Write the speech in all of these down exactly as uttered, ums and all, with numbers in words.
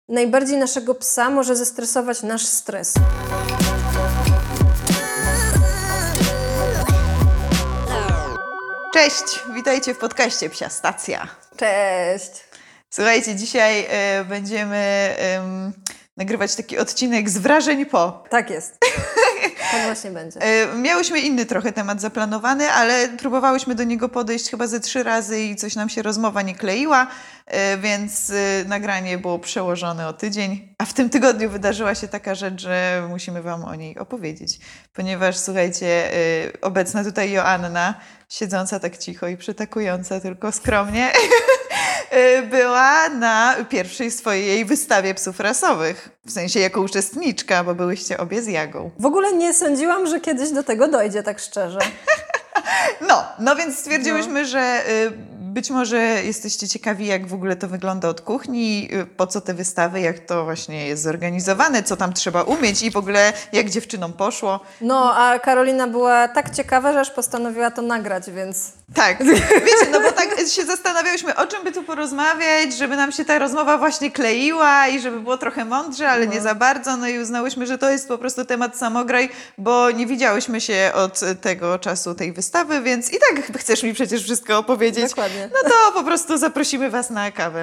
Najbardziej naszego psa może zestresować nasz stres. Cześć, witajcie w podcaście Psia Stacja. Cześć! Słuchajcie, dzisiaj y, będziemy y, nagrywać taki odcinek z wrażeń po. Tak jest. Tak właśnie będzie. Y, miałyśmy inny trochę temat zaplanowany, ale próbowałyśmy do niego podejść chyba ze trzy razy i coś nam się rozmowa nie kleiła, y, więc y, nagranie było przełożone o tydzień. A w tym tygodniu wydarzyła się taka rzecz, że musimy Wam o niej opowiedzieć. Ponieważ, słuchajcie, y, obecna tutaj Joanna, siedząca tak cicho i przytakująca tylko skromnie, była na pierwszej swojej wystawie psów rasowych. W sensie jako uczestniczka, bo byłyście obie z Jagą. W ogóle nie sądziłam, że kiedyś do tego dojdzie, tak szczerze. No, no więc stwierdziłyśmy, No. że y, być może jesteście ciekawi, jak w ogóle to wygląda od kuchni, y, po co te wystawy, jak to właśnie jest zorganizowane, co tam trzeba umieć i w ogóle jak dziewczynom poszło. No, a Karolina była tak ciekawa, że aż postanowiła to nagrać, więc... Tak, wiecie, no bo tak się zastanawiałyśmy, o czym by tu porozmawiać, żeby nam się ta rozmowa właśnie kleiła i żeby było trochę mądrze, ale No. nie za bardzo. No i uznałyśmy, że to jest po prostu temat samograj, bo nie widziałyśmy się od tego czasu tej wystawy, więc i tak chcesz mi przecież wszystko opowiedzieć. Dokładnie. No to po prostu zaprosimy Was na kawę.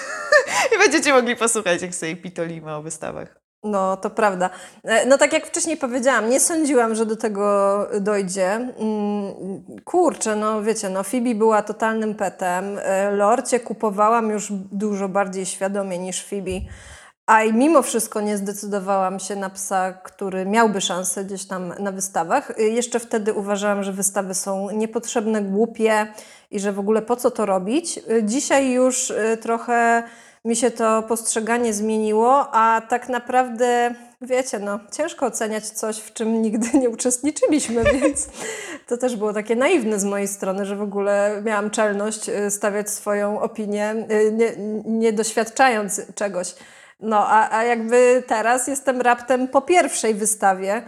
I będziecie mogli posłuchać, jak sobie pitolimy o wystawach. No, to prawda. E, No tak jak wcześniej powiedziałam, nie sądziłam, że do tego dojdzie. Mm, Kurczę, no wiecie, no Phoebe była totalnym petem. E, Lorcie kupowałam już dużo bardziej świadomie niż Phoebe. A i mimo wszystko nie zdecydowałam się na psa, który miałby szansę gdzieś tam na wystawach. E, Jeszcze wtedy uważałam, że wystawy są niepotrzebne, głupie i że w ogóle po co to robić. E, Dzisiaj już e, trochę mi się to postrzeganie zmieniło, a tak naprawdę, wiecie, no ciężko oceniać coś, w czym nigdy nie uczestniczyliśmy, więc to też było takie naiwne z mojej strony, że w ogóle miałam czelność y, stawiać swoją opinię, y, nie, nie doświadczając czegoś. No, a, a jakby teraz jestem raptem po pierwszej wystawie,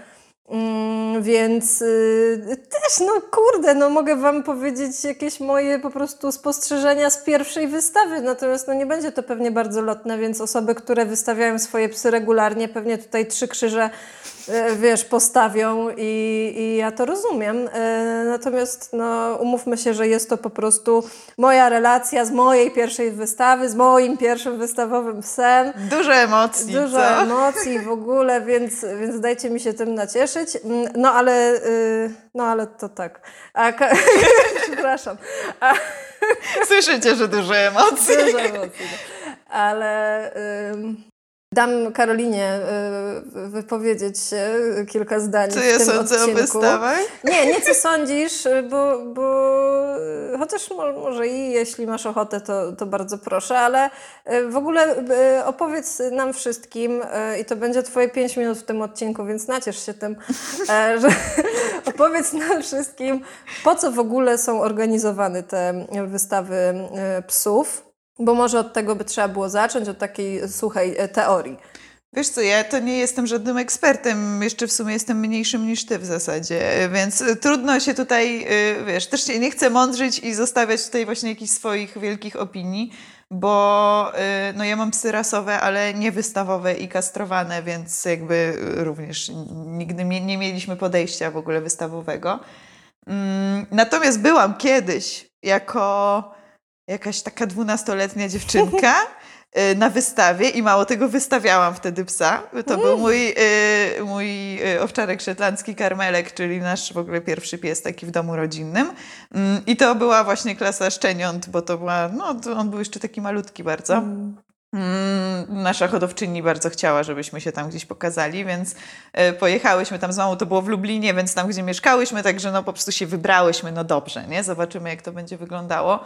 Mm, więc y, też, no kurde, no mogę Wam powiedzieć jakieś moje po prostu spostrzeżenia z pierwszej wystawy, natomiast no nie będzie to pewnie bardzo lotne, więc osoby, które wystawiają swoje psy regularnie, pewnie tutaj trzy krzyże, y, wiesz, postawią i, i ja to rozumiem. Y, natomiast no umówmy się, że jest to po prostu moja relacja z mojej pierwszej wystawy, z moim pierwszym wystawowym psem. Dużo emocji, Dużo co? emocji w ogóle, więc, więc dajcie mi się tym nacieszyć. No ale, yy, no ale to tak. A, ka- Przepraszam. A, Słyszycie, że dużo emocji. dużo emocji. No. Ale yy, dam Karolinie yy, wypowiedzieć się kilka zdań Co w ja tym sądzę odcinku. o wystawach? Nie, nie co sądzisz, bo, bo chociaż mo- może i jeśli masz ochotę, to, to bardzo proszę, ale y, w ogóle y, opowiedz nam wszystkim, y, i to będzie twoje pięć minut w tym odcinku, więc naciesz się tym, e, że opowiedz nam wszystkim, po co w ogóle są organizowane te wystawy y, psów, bo może od tego by trzeba było zacząć, od takiej suchej e, teorii. Wiesz co, ja to nie jestem żadnym ekspertem, jeszcze w sumie jestem mniejszym niż ty w zasadzie, więc trudno się tutaj, wiesz, też się nie chcę mądrzyć i zostawiać tutaj właśnie jakichś swoich wielkich opinii, bo no ja mam psy rasowe, ale nie wystawowe i kastrowane, więc jakby również nigdy nie mieliśmy podejścia w ogóle wystawowego. Natomiast byłam kiedyś jako jakaś taka dwunastoletnia dziewczynka na wystawie i mało tego, wystawiałam wtedy psa. To był mój, y, mój owczarek szetlandzki Karmelek, czyli nasz w ogóle pierwszy pies taki w domu rodzinnym. Mm, I to była właśnie klasa szczeniąt, bo to była, no to on był jeszcze taki malutki bardzo. Mm. Mm, nasza hodowczyni bardzo chciała, żebyśmy się tam gdzieś pokazali, więc y, pojechałyśmy tam z mamą, to było w Lublinie, więc tam, gdzie mieszkałyśmy, także no po prostu się wybrałyśmy, no dobrze, nie? Zobaczymy, jak to będzie wyglądało.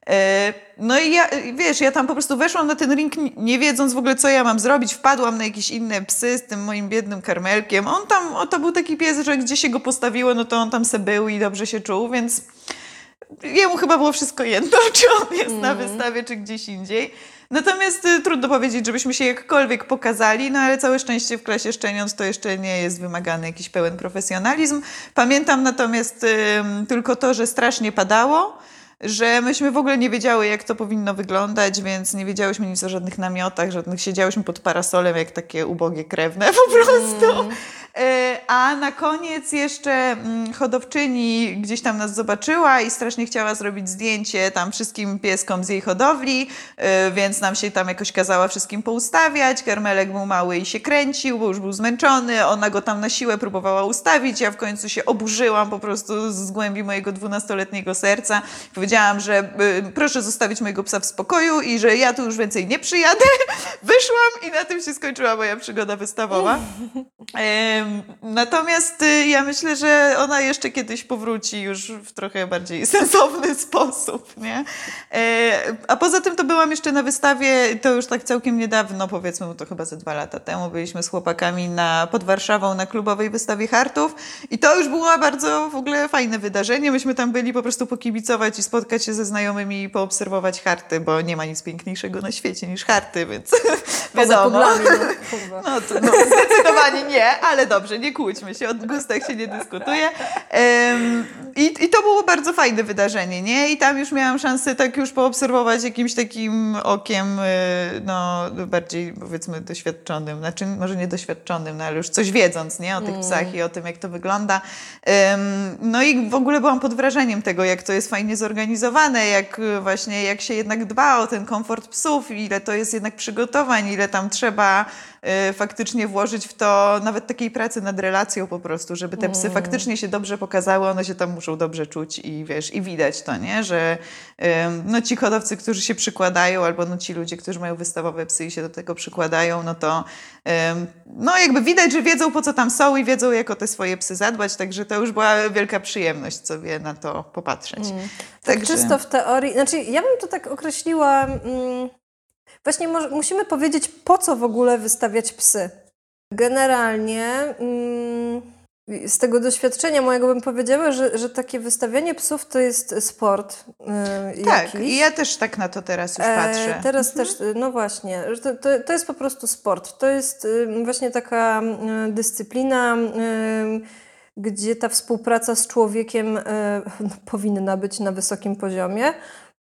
No i ja, wiesz, ja tam po prostu weszłam na ten ring nie wiedząc w ogóle, co ja mam zrobić. Wpadłam na jakieś inne psy z tym moim biednym Karmelkiem. On tam, o, to był taki pies, że gdzie się go postawiło, no to on tam se był i dobrze się czuł, więc jemu chyba było wszystko jedno, czy on jest mm. na wystawie, czy gdzieś indziej. Natomiast y, trudno powiedzieć, żebyśmy się jakkolwiek pokazali, no ale całe szczęście w klasie szczeniąt to jeszcze nie jest wymagany jakiś pełen profesjonalizm. Pamiętam natomiast y, tylko to, że strasznie padało. że myśmy w ogóle nie wiedziały, jak to powinno wyglądać, więc nie wiedziałyśmy nic o żadnych namiotach, żadnych, siedziałyśmy pod parasolem jak takie ubogie krewne po prostu. Mm. A na koniec jeszcze mm, hodowczyni gdzieś tam nas zobaczyła i strasznie chciała zrobić zdjęcie tam wszystkim pieskom z jej hodowli, yy, więc nam się tam jakoś kazała wszystkim poustawiać. Karmelek był mały i się kręcił, bo już był zmęczony. Ona go tam na siłę próbowała ustawić. Ja w końcu się oburzyłam po prostu z głębi mojego dwunastoletniego serca. Powiedziałam, że yy, proszę zostawić mojego psa w spokoju i że ja tu już więcej nie przyjadę. Wyszłam i na tym się skończyła moja przygoda wystawowa. Yy, Natomiast ja myślę, że ona jeszcze kiedyś powróci już w trochę bardziej sensowny sposób, nie? A poza tym to byłam jeszcze na wystawie, to już tak całkiem niedawno, powiedzmy, to chyba ze dwa lata temu, byliśmy z chłopakami na, pod Warszawą na klubowej wystawie hartów i to już było bardzo w ogóle fajne wydarzenie. Myśmy tam byli po prostu pokibicować i spotkać się ze znajomymi i poobserwować harty, bo nie ma nic piękniejszego na świecie niż harty, więc wiadomo. Poza puglami, no, no, to, no zdecydowanie nie, ale dobrze, nie kłóćmy się, o gustach się nie dyskutuje. Um, i, I to było bardzo fajne wydarzenie, nie? I tam już miałam szansę tak już poobserwować jakimś takim okiem, no bardziej powiedzmy doświadczonym, znaczy może nie doświadczonym, no ale już coś wiedząc, nie? O tych psach i o tym, jak to wygląda. Um, no i w ogóle byłam pod wrażeniem tego, jak to jest fajnie zorganizowane, jak właśnie, jak się jednak dba o ten komfort psów, ile to jest jednak przygotowań, ile tam trzeba y, faktycznie włożyć w to nawet takiej pracy nad relacją po prostu, żeby te psy faktycznie się dobrze pokazały, one się tam muszą dobrze czuć i wiesz, i widać to, nie? Że ym, no ci hodowcy, którzy się przykładają, albo no ci ludzie, którzy mają wystawowe psy i się do tego przykładają, no to ym, no jakby widać, że wiedzą, po co tam są i wiedzą, jak o te swoje psy zadbać, także to już była wielka przyjemność sobie na to popatrzeć. Mm. Tak także... czysto w teorii, znaczy ja bym to tak określiła, mm, właśnie może, musimy powiedzieć, po co w ogóle wystawiać psy. Generalnie mm, z tego doświadczenia mojego bym powiedziała, że, że takie wystawianie psów to jest sport yy, Tak, jakiś. i ja też tak na to teraz już patrzę. E, teraz mhm. też, no właśnie, to, to, to jest po prostu sport. To jest yy, właśnie taka yy, dyscyplina, yy, gdzie ta współpraca z człowiekiem yy, no, powinna być na wysokim poziomie.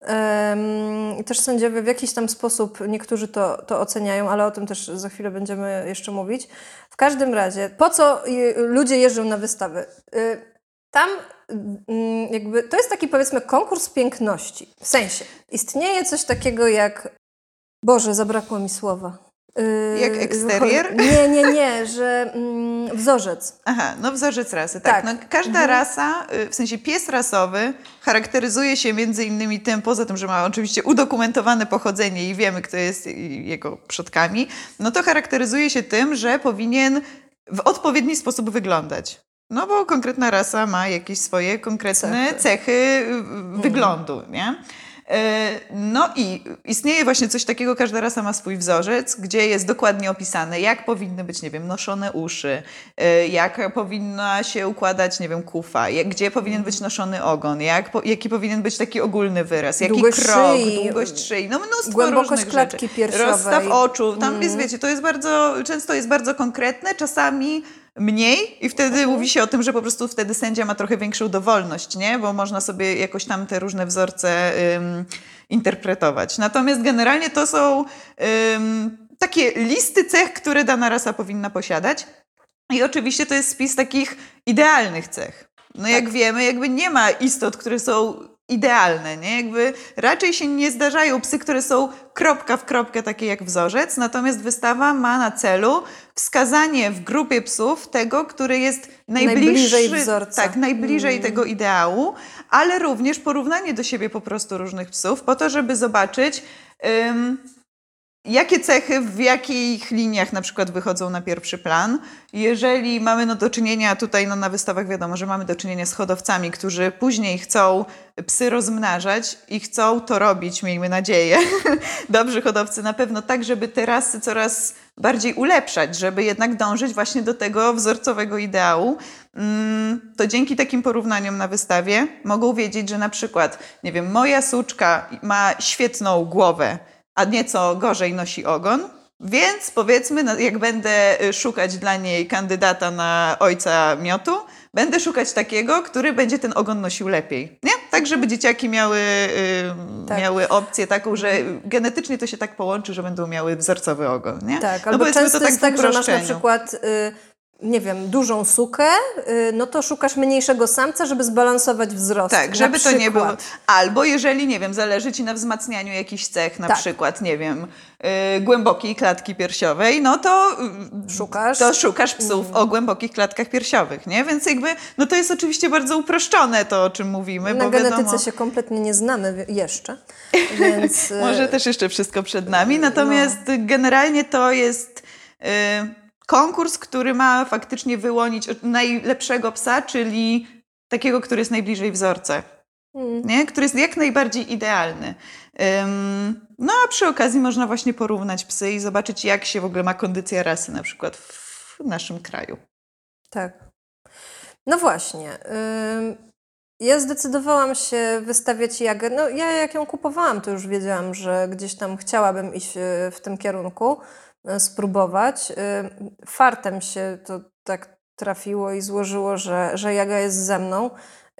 I też sędziowie w jakiś tam sposób, niektórzy to, to oceniają, ale o tym też za chwilę będziemy jeszcze mówić. W każdym razie, po co ludzie jeżdżą na wystawy? Tam jakby, to jest taki powiedzmy konkurs piękności. W sensie, istnieje coś takiego jak, Boże, zabrakło mi słowa. Jak eksterier? Nie, nie, nie, że mm, wzorzec. Aha, no wzorzec rasy, tak. tak. No, każda mhm. rasa, w sensie pies rasowy charakteryzuje się między innymi tym, poza tym, że ma oczywiście udokumentowane pochodzenie i wiemy, kto jest jego przodkami, no to charakteryzuje się tym, że powinien w odpowiedni sposób wyglądać. No bo konkretna rasa ma jakieś swoje konkretne cechy, cechy mhm. wyglądu, nie? No i istnieje właśnie coś takiego, każda rasa ma swój wzorzec, gdzie jest dokładnie opisane, jak powinny być, nie wiem, noszone uszy, jak powinna się układać, nie wiem, kufa, jak, gdzie powinien być noszony ogon, jak, jaki powinien być taki ogólny wyraz, jaki długość krok, szyi, długość szyi, no mnóstwo głębokość różnych klatki rzeczy. piersiowej. Rozstaw oczu, tam mm. jest, wiecie, to jest bardzo, często jest bardzo konkretne, czasami mniej i wtedy mhm. mówi się o tym, że po prostu wtedy sędzia ma trochę większą dowolność, nie? Bo można sobie jakoś tam te różne wzorce ym, interpretować. Natomiast generalnie to są ym, takie listy cech, które dana rasa powinna posiadać i oczywiście to jest spis takich idealnych cech. No tak. Jak wiemy, jakby nie ma istot, które są idealne, nie? Jakby raczej się nie zdarzają psy, które są kropka w kropkę takie jak wzorzec, natomiast wystawa ma na celu wskazanie w grupie psów tego, który jest najbliższy, najbliżej wzorca. Tak, najbliżej mm. tego ideału, ale również porównanie do siebie po prostu różnych psów, po to, żeby zobaczyć ym, jakie cechy w jakich liniach na przykład wychodzą na pierwszy plan. Jeżeli mamy no, do czynienia tutaj no, na wystawach wiadomo, że mamy do czynienia z hodowcami, którzy później chcą psy rozmnażać i chcą to robić, miejmy nadzieję. Dobrzy hodowcy na pewno tak, żeby te rasy coraz bardziej ulepszać, żeby jednak dążyć właśnie do tego wzorcowego ideału. To dzięki takim porównaniom na wystawie mogą wiedzieć, że na przykład, nie wiem, moja suczka ma świetną głowę, a nieco gorzej nosi ogon, Więc powiedzmy, no, jak będę y, szukać dla niej kandydata na ojca miotu, będę szukać takiego, który będzie ten ogon nosił lepiej, nie? Tak, żeby dzieciaki miały, y, Tak. miały opcję taką, że genetycznie to się tak połączy, że będą miały wzorcowy ogon, nie? Tak, no albo powiedzmy często to tak jest w tak, że masz na uproszczeniu. przykład, y, nie wiem, dużą sukę, y, no to szukasz mniejszego samca, żeby zbalansować wzrost. Tak, żeby na to nie było. przykład. Albo jeżeli, nie wiem, zależy ci na wzmacnianiu jakichś cech, na Tak. przykład, nie wiem, y, głębokiej klatki piersiowej, no to y, Szukasz. to szukasz psów o głębokich klatkach piersiowych, nie? Więc jakby, no to jest oczywiście bardzo uproszczone to, o czym mówimy, Na bo genetyce wiadomo, się kompletnie nie znamy wi- jeszcze, więc... y, może też jeszcze wszystko przed nami, natomiast generalnie to jest y, konkurs, który ma faktycznie wyłonić najlepszego psa, czyli takiego, który jest najbliżej wzorca. mm. Nie? Który jest jak najbardziej idealny. Ym, no a przy okazji można właśnie porównać psy i zobaczyć, jak się w ogóle ma kondycja rasy na przykład w naszym kraju. Tak. No właśnie. ym, Ja zdecydowałam się wystawiać Jagę. No ja jak ją kupowałam, to już wiedziałam, że gdzieś tam chciałabym iść y, w tym kierunku, y, spróbować. Ym, Fartem się to tak trafiło i złożyło, że, że Jaga jest ze mną.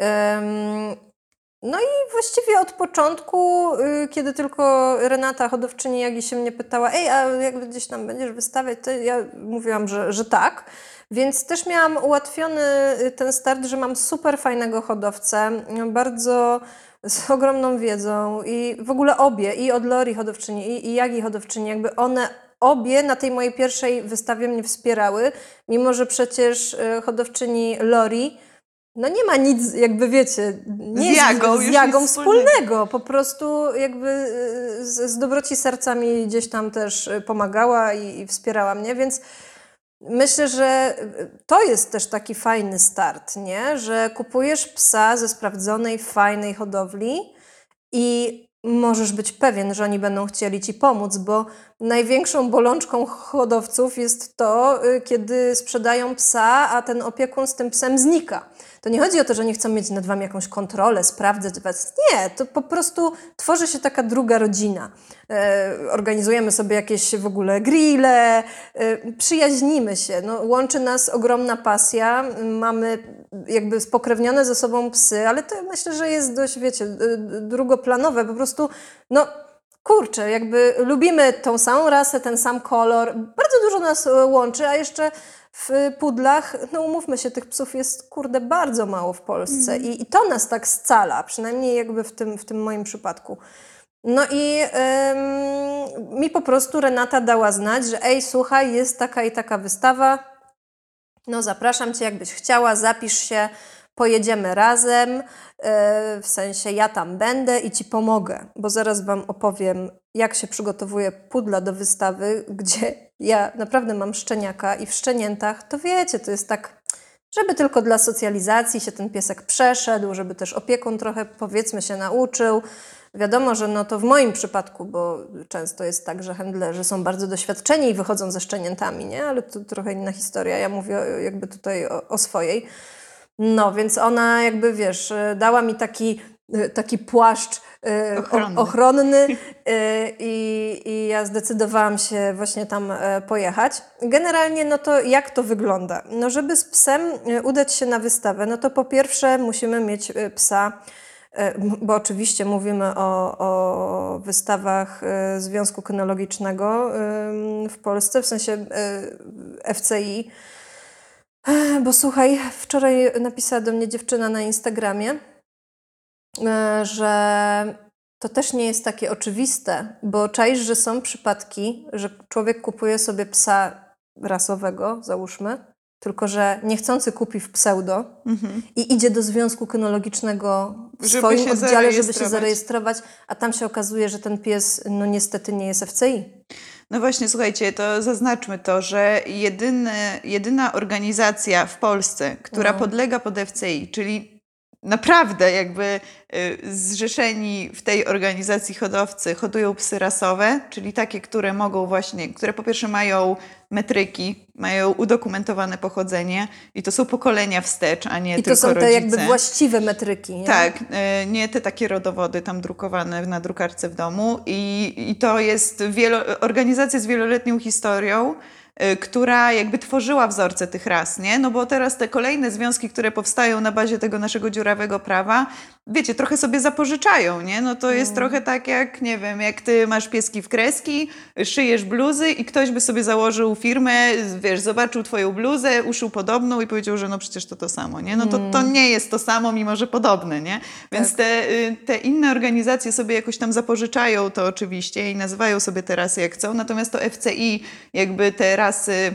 Ym, No i właściwie od początku, y, kiedy tylko Renata, hodowczyni Jagi, się mnie pytała, ej, a jak gdzieś tam będziesz wystawiać, to ja mówiłam, że, że tak. Więc też miałam ułatwiony y, ten start, że mam super fajnego hodowcę, y, bardzo z ogromną wiedzą i w ogóle obie, i od Lori hodowczyni, i, i Jagi hodowczyni, jakby one obie na tej mojej pierwszej wystawie mnie wspierały, mimo że przecież y, hodowczyni Lori no nie ma nic, jakby wiecie, nie Z jest Jagą z już Jagą nic wspólnego. wspólnego. Po prostu jakby y, z, z dobroci serca mi gdzieś tam też y, pomagała i, i wspierała mnie, więc myślę, że y, to jest też taki fajny start, nie? Że kupujesz psa ze sprawdzonej, fajnej hodowli i możesz być pewien, że oni będą chcieli ci pomóc, bo największą bolączką hodowców jest to, y, kiedy sprzedają psa, a ten opiekun z tym psem znika. To nie chodzi o to, że nie chcą mieć nad wami jakąś kontrolę, sprawdzać was. Nie, to po prostu tworzy się taka druga rodzina. E, organizujemy sobie jakieś w ogóle grille, e, przyjaźnimy się. No, łączy nas ogromna pasja, mamy jakby spokrewnione ze sobą psy, ale to myślę, że jest dość, wiecie, y, drugoplanowe. Po prostu, no kurczę, jakby lubimy tą samą rasę, ten sam kolor. Bardzo dużo nas e, łączy, a jeszcze w pudlach, no umówmy się, tych psów jest kurde bardzo mało w Polsce i, i to nas tak scala, przynajmniej jakby w tym, w tym moim przypadku. No i ym, mi po prostu Renata dała znać, że ej, słuchaj, jest taka i taka wystawa, no zapraszam Cię, jakbyś chciała, zapisz się, pojedziemy razem, yy, w sensie ja tam będę i Ci pomogę, bo zaraz Wam opowiem, jak się przygotowuje pudla do wystawy, gdzie ja naprawdę mam szczeniaka i w szczeniętach, to wiecie, to jest tak, żeby tylko dla socjalizacji się ten piesek przeszedł, żeby też opiekun trochę, powiedzmy, się nauczył. Wiadomo, że no to w moim przypadku, bo często jest tak, że handlerzy są bardzo doświadczeni i wychodzą ze szczeniętami, nie? Ale to trochę inna historia. Ja mówię jakby tutaj o, o swojej. No, więc ona jakby, wiesz, dała mi taki, taki płaszcz y, Ochronny. o, ochronny y, i, i ja zdecydowałam się właśnie tam e, pojechać. Generalnie, no to jak to wygląda? No, żeby z psem e, udać się na wystawę, no to po pierwsze musimy mieć e, psa, e, m- bo oczywiście mówimy o, o wystawach e, Związku Kynologicznego em, w Polsce, w sensie e, F C I. Bo słuchaj, wczoraj napisała do mnie dziewczyna na Instagramie, e, że to też nie jest takie oczywiste, bo czaisz, że są przypadki, że człowiek kupuje sobie psa rasowego, załóżmy, tylko że niechcący kupi w pseudo Mhm. i idzie do Związku Kynologicznego w Żeby swoim się oddziale, żeby się zarejestrować. zarejestrować, a tam się okazuje, że ten pies no niestety nie jest F C I. No właśnie, słuchajcie, to zaznaczmy to, że jedyny, jedyna organizacja w Polsce, która No. podlega pod F C I, czyli naprawdę jakby y, zrzeszeni w tej organizacji hodowcy hodują psy rasowe, czyli takie, które mogą właśnie, które po pierwsze mają metryki, mają udokumentowane pochodzenie i to są pokolenia wstecz, a nie I tylko to są te rodzice. jakby właściwe metryki, nie? Tak, y, nie te takie rodowody tam drukowane na drukarce w domu i, i to jest wielo, organizacja z wieloletnią historią, która jakby tworzyła wzorce tych ras, nie? No bo teraz te kolejne związki, które powstają na bazie tego naszego dziurawego prawa, wiecie, trochę sobie zapożyczają, nie? No to jest mm. trochę tak jak, nie wiem, jak ty masz pieski w kreski, szyjesz bluzy i ktoś by sobie założył firmę, wiesz, zobaczył twoją bluzę, uszył podobną i powiedział, że no przecież to to samo, nie? No to, to nie jest to samo, mimo że podobne, nie? Więc tak. te, te inne organizacje sobie jakoś tam zapożyczają to oczywiście i nazywają sobie te rasy jak chcą, natomiast to F C I jakby te rasy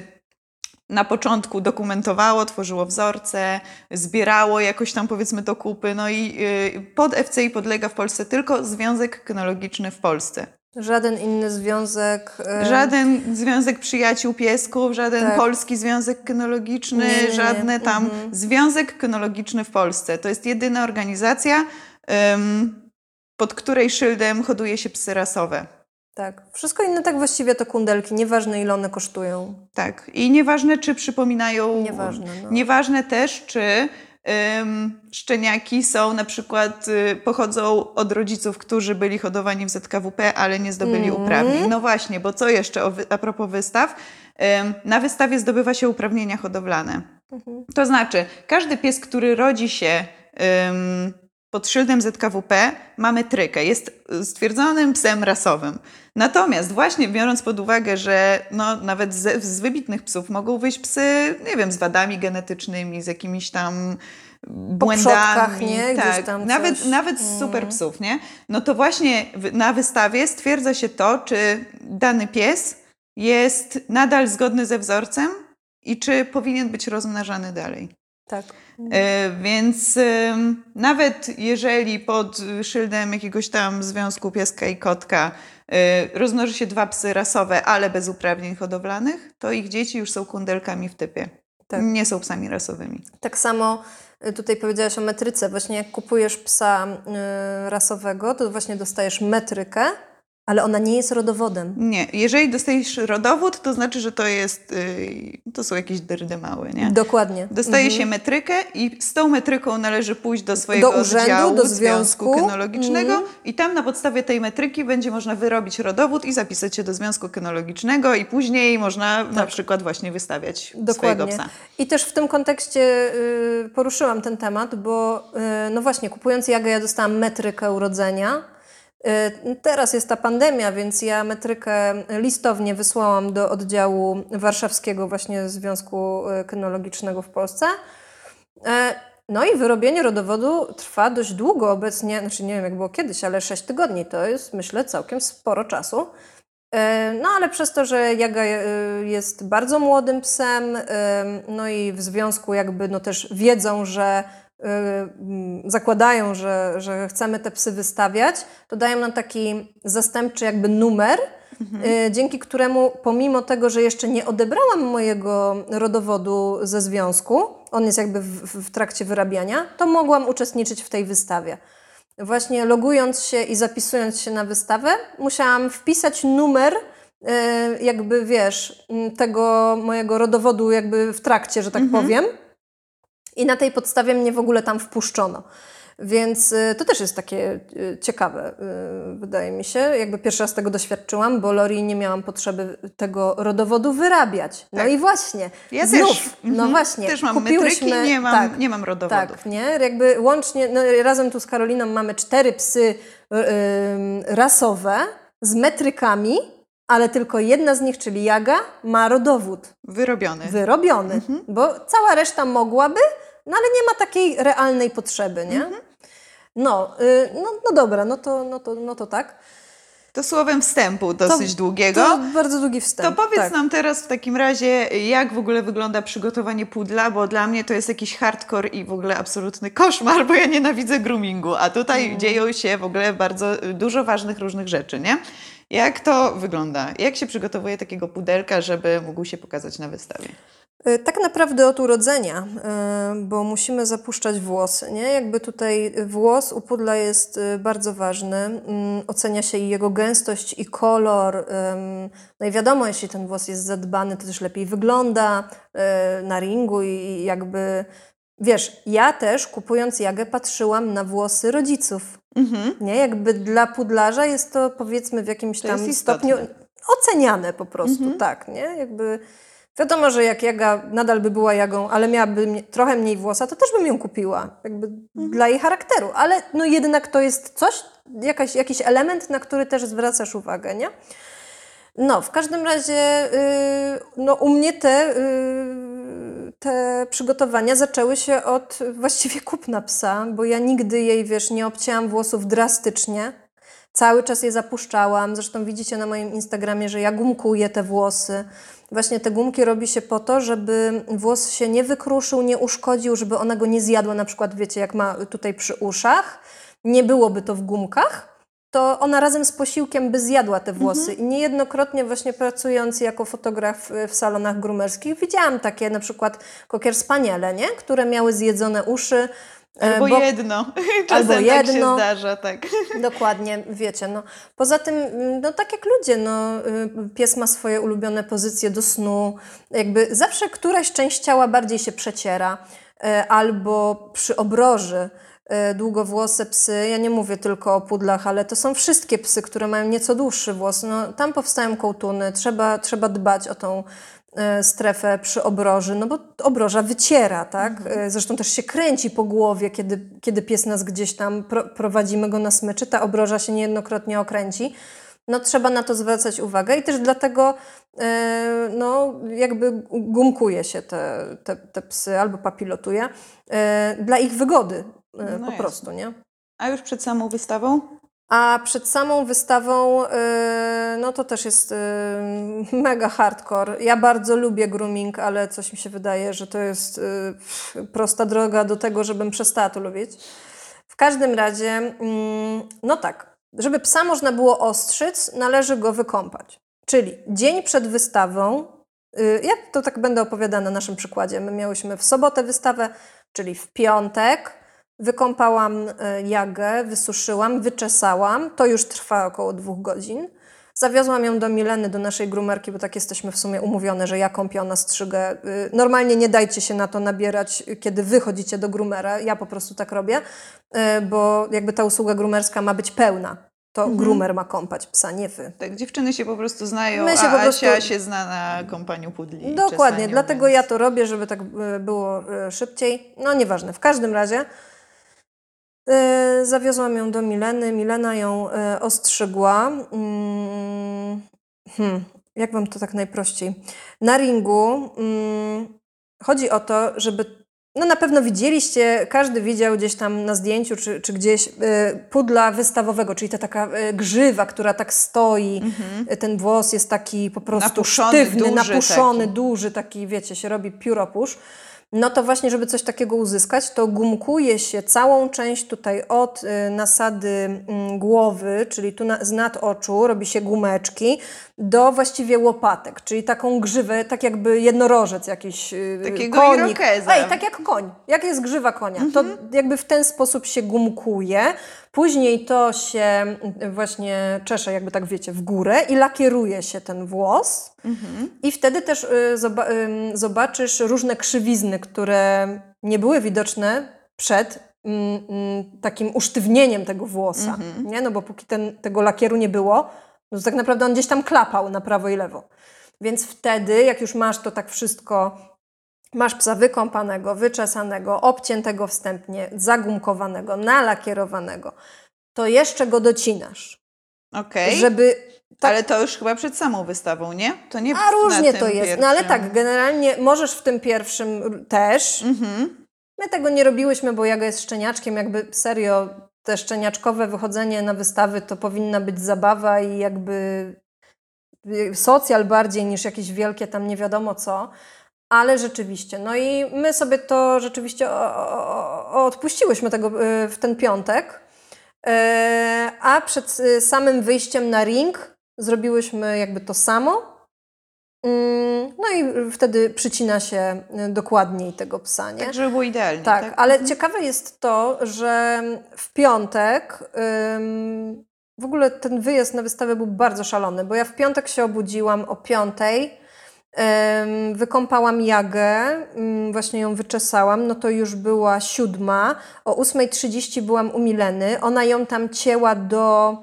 na początku dokumentowało, tworzyło wzorce, zbierało jakoś tam powiedzmy do kupy. No i pod F C I podlega w Polsce tylko Związek Kynologiczny w Polsce. Żaden inny związek. Y... Żaden związek przyjaciół piesków, żaden tak. polski związek kynologiczny, nie, nie, nie. żadne tam mhm. Związek Kynologiczny w Polsce. To jest jedyna organizacja, um, pod której szyldem hoduje się psy rasowe. Tak. Wszystko inne tak właściwie to kundelki, nieważne ile one kosztują. Tak. I nieważne, czy przypominają... Nieważne. No. Nieważne też, czy ym, szczeniaki są na przykład, y, pochodzą od rodziców, którzy byli hodowani w Z K W P, ale nie zdobyli mm. uprawnień. No właśnie, bo co jeszcze o, a propos wystaw? Ym, na wystawie zdobywa się uprawnienia hodowlane. Mm-hmm. To znaczy, każdy pies, który rodzi się... Ym, pod szyldem Z K W P ma metrykę, jest stwierdzonym psem rasowym. Natomiast właśnie biorąc pod uwagę, że no, nawet z, z wybitnych psów mogą wyjść psy, nie wiem, z wadami genetycznymi, z jakimiś tam błędami. Nie? Tak, tam nawet, coś. nawet z super psów, nie? No to właśnie na wystawie stwierdza się to, czy dany pies jest nadal zgodny ze wzorcem i czy powinien być rozmnażany dalej. Tak. E, więc e, nawet jeżeli pod szyldem jakiegoś tam związku pieska i kotka e, rozmnoży się dwa psy rasowe, ale bez uprawnień hodowlanych, to ich dzieci już są kundelkami w typie. Tak. Nie są psami rasowymi. Tak samo tutaj powiedziałaś o metryce. Właśnie jak kupujesz psa y, rasowego, to właśnie dostajesz metrykę, ale ona nie jest rodowodem. Nie. Jeżeli dostajesz rodowód, to znaczy, że to jest, yy, to są jakieś dyrdymały, nie? Dokładnie. Dostaje mhm. się metrykę i z tą metryką należy pójść do swojego do urzędu, oddziału, do związku, związku kynologicznego mhm. i tam na podstawie tej metryki będzie można wyrobić rodowód i zapisać się do związku kynologicznego i później można tak. na przykład właśnie wystawiać Dokładnie. swojego psa. I też w tym kontekście y, poruszyłam ten temat, bo y, no właśnie kupując Jagę ja dostałam metrykę urodzenia. Teraz jest ta pandemia, więc ja metrykę listownie wysłałam do oddziału warszawskiego właśnie Związku Kynologicznego w Polsce. No i wyrobienie rodowodu trwa dość długo obecnie, znaczy nie wiem jak było kiedyś, ale sześć tygodni to jest myślę całkiem sporo czasu. No ale przez to, że Jaga jest bardzo młodym psem, no i w związku jakby no też wiedzą, że zakładają, że, że chcemy te psy wystawiać, to dają nam taki zastępczy jakby numer, mhm. dzięki któremu pomimo tego, że jeszcze nie odebrałam mojego rodowodu ze związku, on jest jakby w, w trakcie wyrabiania, to mogłam uczestniczyć w tej wystawie. Właśnie logując się i zapisując się na wystawę, musiałam wpisać numer jakby wiesz, tego mojego rodowodu jakby w trakcie, że tak mhm. powiem. I na tej podstawie mnie w ogóle tam wpuszczono. Więc y, to też jest takie y, ciekawe, y, wydaje mi się. Jakby pierwszy raz tego doświadczyłam, bo Lori nie miałam potrzeby tego rodowodu wyrabiać. No tak. i właśnie. Ja znów, też. No właśnie. Też mam metryki, nie mam, tak, nie mam rodowodów. Tak, nie? Jakby łącznie, no, razem tu z Karoliną mamy cztery psy y, y, rasowe z metrykami, ale tylko jedna z nich, czyli Jaga, ma rodowód. Wyrobiony. Wyrobiony, mhm. bo cała reszta mogłaby, no ale nie ma takiej realnej potrzeby, nie? Mhm. No, y, no, no dobra, no to, no, to, no to tak. To słowem wstępu dosyć to, długiego. To bardzo długi wstęp. To powiedz tak. nam teraz w takim razie, jak w ogóle wygląda przygotowanie pudla, bo dla mnie to jest jakiś hardcore i w ogóle absolutny koszmar, bo ja nienawidzę groomingu, a tutaj mm. dzieją się w ogóle bardzo dużo ważnych różnych rzeczy, nie? Jak to wygląda? Jak się przygotowuje takiego pudelka, żeby mógł się pokazać na wystawie? Y, Tak naprawdę od urodzenia, y, bo musimy zapuszczać włosy, nie? Jakby tutaj włos u pudla jest y, bardzo ważny. Ym, Ocenia się i jego gęstość i kolor. ym, No i wiadomo, jeśli ten włos jest zadbany, to też lepiej wygląda y, na ringu i i jakby... Wiesz, ja też kupując Jagę patrzyłam na włosy rodziców. Mhm. Nie? Jakby dla pudlarza jest to powiedzmy w jakimś To tam jest istotne. stopniu oceniane po prostu, tak, nie? Jakby wiadomo, że jak Jaga nadal by była Jagą, ale miałaby mnie, trochę mniej włosa, to też bym ją kupiła, jakby dla jej charakteru, ale no jednak to jest coś, jakaś, jakiś element, na który też zwracasz uwagę, nie? No, w każdym razie yy, no, u mnie te, yy, te przygotowania zaczęły się od właściwie kupna psa, bo ja nigdy jej, wiesz, nie obcięłam włosów drastycznie. Cały czas je zapuszczałam. Zresztą widzicie na moim Instagramie, że ja gumkuję te włosy. Właśnie te gumki robi się po to, żeby włos się nie wykruszył, nie uszkodził, żeby ona go nie zjadła, na przykład wiecie, jak ma tutaj przy uszach. Nie byłoby to w gumkach, to ona razem z posiłkiem by zjadła te włosy. I niejednokrotnie właśnie pracując jako fotograf w salonach groomerskich widziałam takie na przykład cocker spaniele, nie? Które miały zjedzone uszy. e, Albo bo- jedno. Czasem Albo tak jedno. się zdarza, tak. Dokładnie, wiecie, no. Poza tym, mm, no tak jak ludzie, no, y, pies ma swoje ulubione pozycje do snu, jakby zawsze któraś część ciała bardziej się przeciera, y, albo przy obroży y, długowłose psy, ja nie mówię tylko o pudlach, ale to są wszystkie psy, które mają nieco dłuższy włos, no tam powstają kołtuny, trzeba, trzeba dbać o tą e, strefę przy obroży, no bo obroża wyciera, tak? E, Zresztą też się kręci po głowie, kiedy, kiedy pies nas gdzieś tam pro, prowadzimy go na smyczy, ta obroża się niejednokrotnie okręci. No trzeba na to zwracać uwagę i też dlatego e, no jakby gumkuje się te, te, te psy albo papilotuje e, dla ich wygody e, No po jasne. prostu, nie? A już przed samą wystawą? A przed samą wystawą, yy, no to też jest yy, mega hardcore. Ja bardzo lubię grooming, ale coś mi się wydaje, że to jest yy, prosta droga do tego, żebym przestała to lubić. W każdym razie, mm, no tak, żeby psa można było ostrzyc, należy go wykąpać. Czyli dzień przed wystawą, yy, ja to tak będę opowiadała na naszym przykładzie. My miałyśmy w sobotę wystawę, czyli w piątek. Wykąpałam e, Jagę, wysuszyłam, wyczesałam. To już trwa około dwóch godzin. Zawiozłam ją do Mileny, do naszej groomerki, bo tak jesteśmy w sumie umówione, że ja kąpię, ona strzyga. Y, Normalnie nie dajcie się na to nabierać, kiedy wy chodzicie do groomera. Ja po prostu tak robię, y, bo jakby ta usługa groomerska ma być pełna. To groomer ma kąpać psa, nie wy. Tak, dziewczyny się po prostu znają, My się a po prostu- Asia się zna na kąpaniu pudli. i Dokładnie, czesaniu, dlatego więc... ja to robię, żeby tak y, było y, szybciej. No nieważne, w każdym razie y, zawiozłam ją do Mileny, Milena ją y, ostrzygła. Mm, hmm, jak wam to tak najprościej? Na ringu mm, chodzi o to, żeby no na pewno widzieliście, każdy widział gdzieś tam na zdjęciu czy, czy gdzieś y, pudla wystawowego, czyli ta taka y, grzywa, która tak stoi. Y, Ten włos jest taki po prostu Napuszczony, sztywny, duży napuszony, taki. duży, taki wiecie, się robi pióropusz. No to właśnie, żeby coś takiego uzyskać, to gumkuje się całą część tutaj od y, nasady y, głowy, czyli tu na, z nad oczu robi się gumeczki, do właściwie łopatek, czyli taką grzywę, tak jakby jednorożec jakiś, y, Takiego konik. irokeza. Ej, tak jak koń. Jak jest grzywa konia. To jakby w ten sposób się gumkuje. Później to się y, właśnie czesze, jakby tak wiecie, w górę i lakieruje się ten włos. I wtedy też y, zoba- ym, zobaczysz różne krzywizny, które nie były widoczne przed mm, mm, takim usztywnieniem tego włosa. Nie? No bo póki ten, tego lakieru nie było, no to tak naprawdę on gdzieś tam klapał na prawo i lewo. Więc wtedy, jak już masz to tak wszystko, masz psa wykąpanego, wyczesanego, obciętego wstępnie, zagumkowanego, nalakierowanego, to jeszcze go docinasz. Okej, Żeby tak ale to już chyba przed samą wystawą, nie? To nie A różnie na to tym jest. No ale pierwszym. tak, generalnie możesz w tym pierwszym r- też. Mhm. My tego nie robiłyśmy, bo Jaga jest szczeniaczkiem. Jakby serio, te szczeniaczkowe wychodzenie na wystawy to powinna być zabawa i jakby y, socjal bardziej niż jakieś wielkie tam nie wiadomo co. Ale rzeczywiście, no i my sobie to rzeczywiście o, o, o, odpuściłyśmy tego y, w ten piątek. E, A przed y, samym wyjściem na ring zrobiłyśmy jakby to samo. No i wtedy przycina się dokładniej tego psa, nie? Tak, żeby było idealnie. Tak, tak? ale ciekawe jest to, że w piątek ym, w ogóle ten wyjazd na wystawę był bardzo szalony, bo ja w piątek się obudziłam o piątej, ym, wykąpałam Jagę, ym, właśnie ją wyczesałam, no to już była siódma, o ósmej trzydzieści byłam u Mileny, ona ją tam cięła do...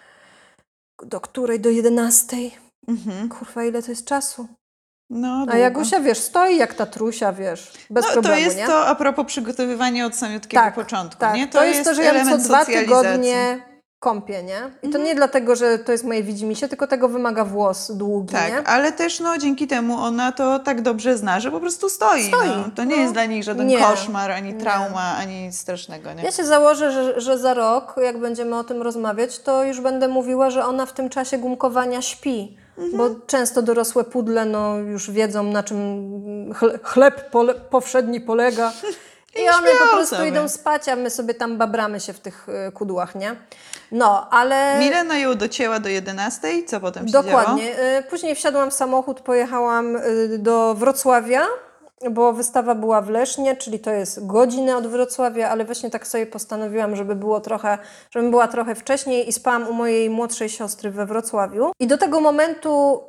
do której? Do jedenastej. Mhm. Kurwa, ile to jest czasu? No, A długo. Jagusia, wiesz, stoi jak Tatrusia, wiesz, bez no, problemu, to jest nie? to a propos przygotowywania od samiutkiego Tak, początku, tak. nie? To, to jest to, że ja ją co element dwa socjalizacji. tygodnie kąpię, nie? I to nie dlatego, że to jest moje widzimisię, tylko tego wymaga włos długi, Tak, nie? ale też no, dzięki temu ona to tak dobrze zna, że po prostu stoi. Stoi, No. To nie no. jest dla niej żaden Nie, koszmar, ani nie. trauma, ani nic strasznego, nie? Ja się założę, że, że za rok, jak będziemy o tym rozmawiać, to już będę mówiła, że ona w tym czasie gumkowania śpi. Bo często dorosłe pudle no, już wiedzą, na czym chle- chleb pole- powszedni polega. I, I one śpią po prostu sobie. idą spać, a my sobie tam babramy się w tych y, kudłach, nie? No, ale... Milena ją docięła do jedenastej, co potem się Dokładnie. działo? Y, Później wsiadłam w samochód, pojechałam y, do Wrocławia, bo wystawa była w Lesznie, czyli to jest godzinę od Wrocławia, ale właśnie tak sobie postanowiłam, żeby było trochę, żebym była trochę wcześniej i spałam u mojej młodszej siostry we Wrocławiu. I do tego momentu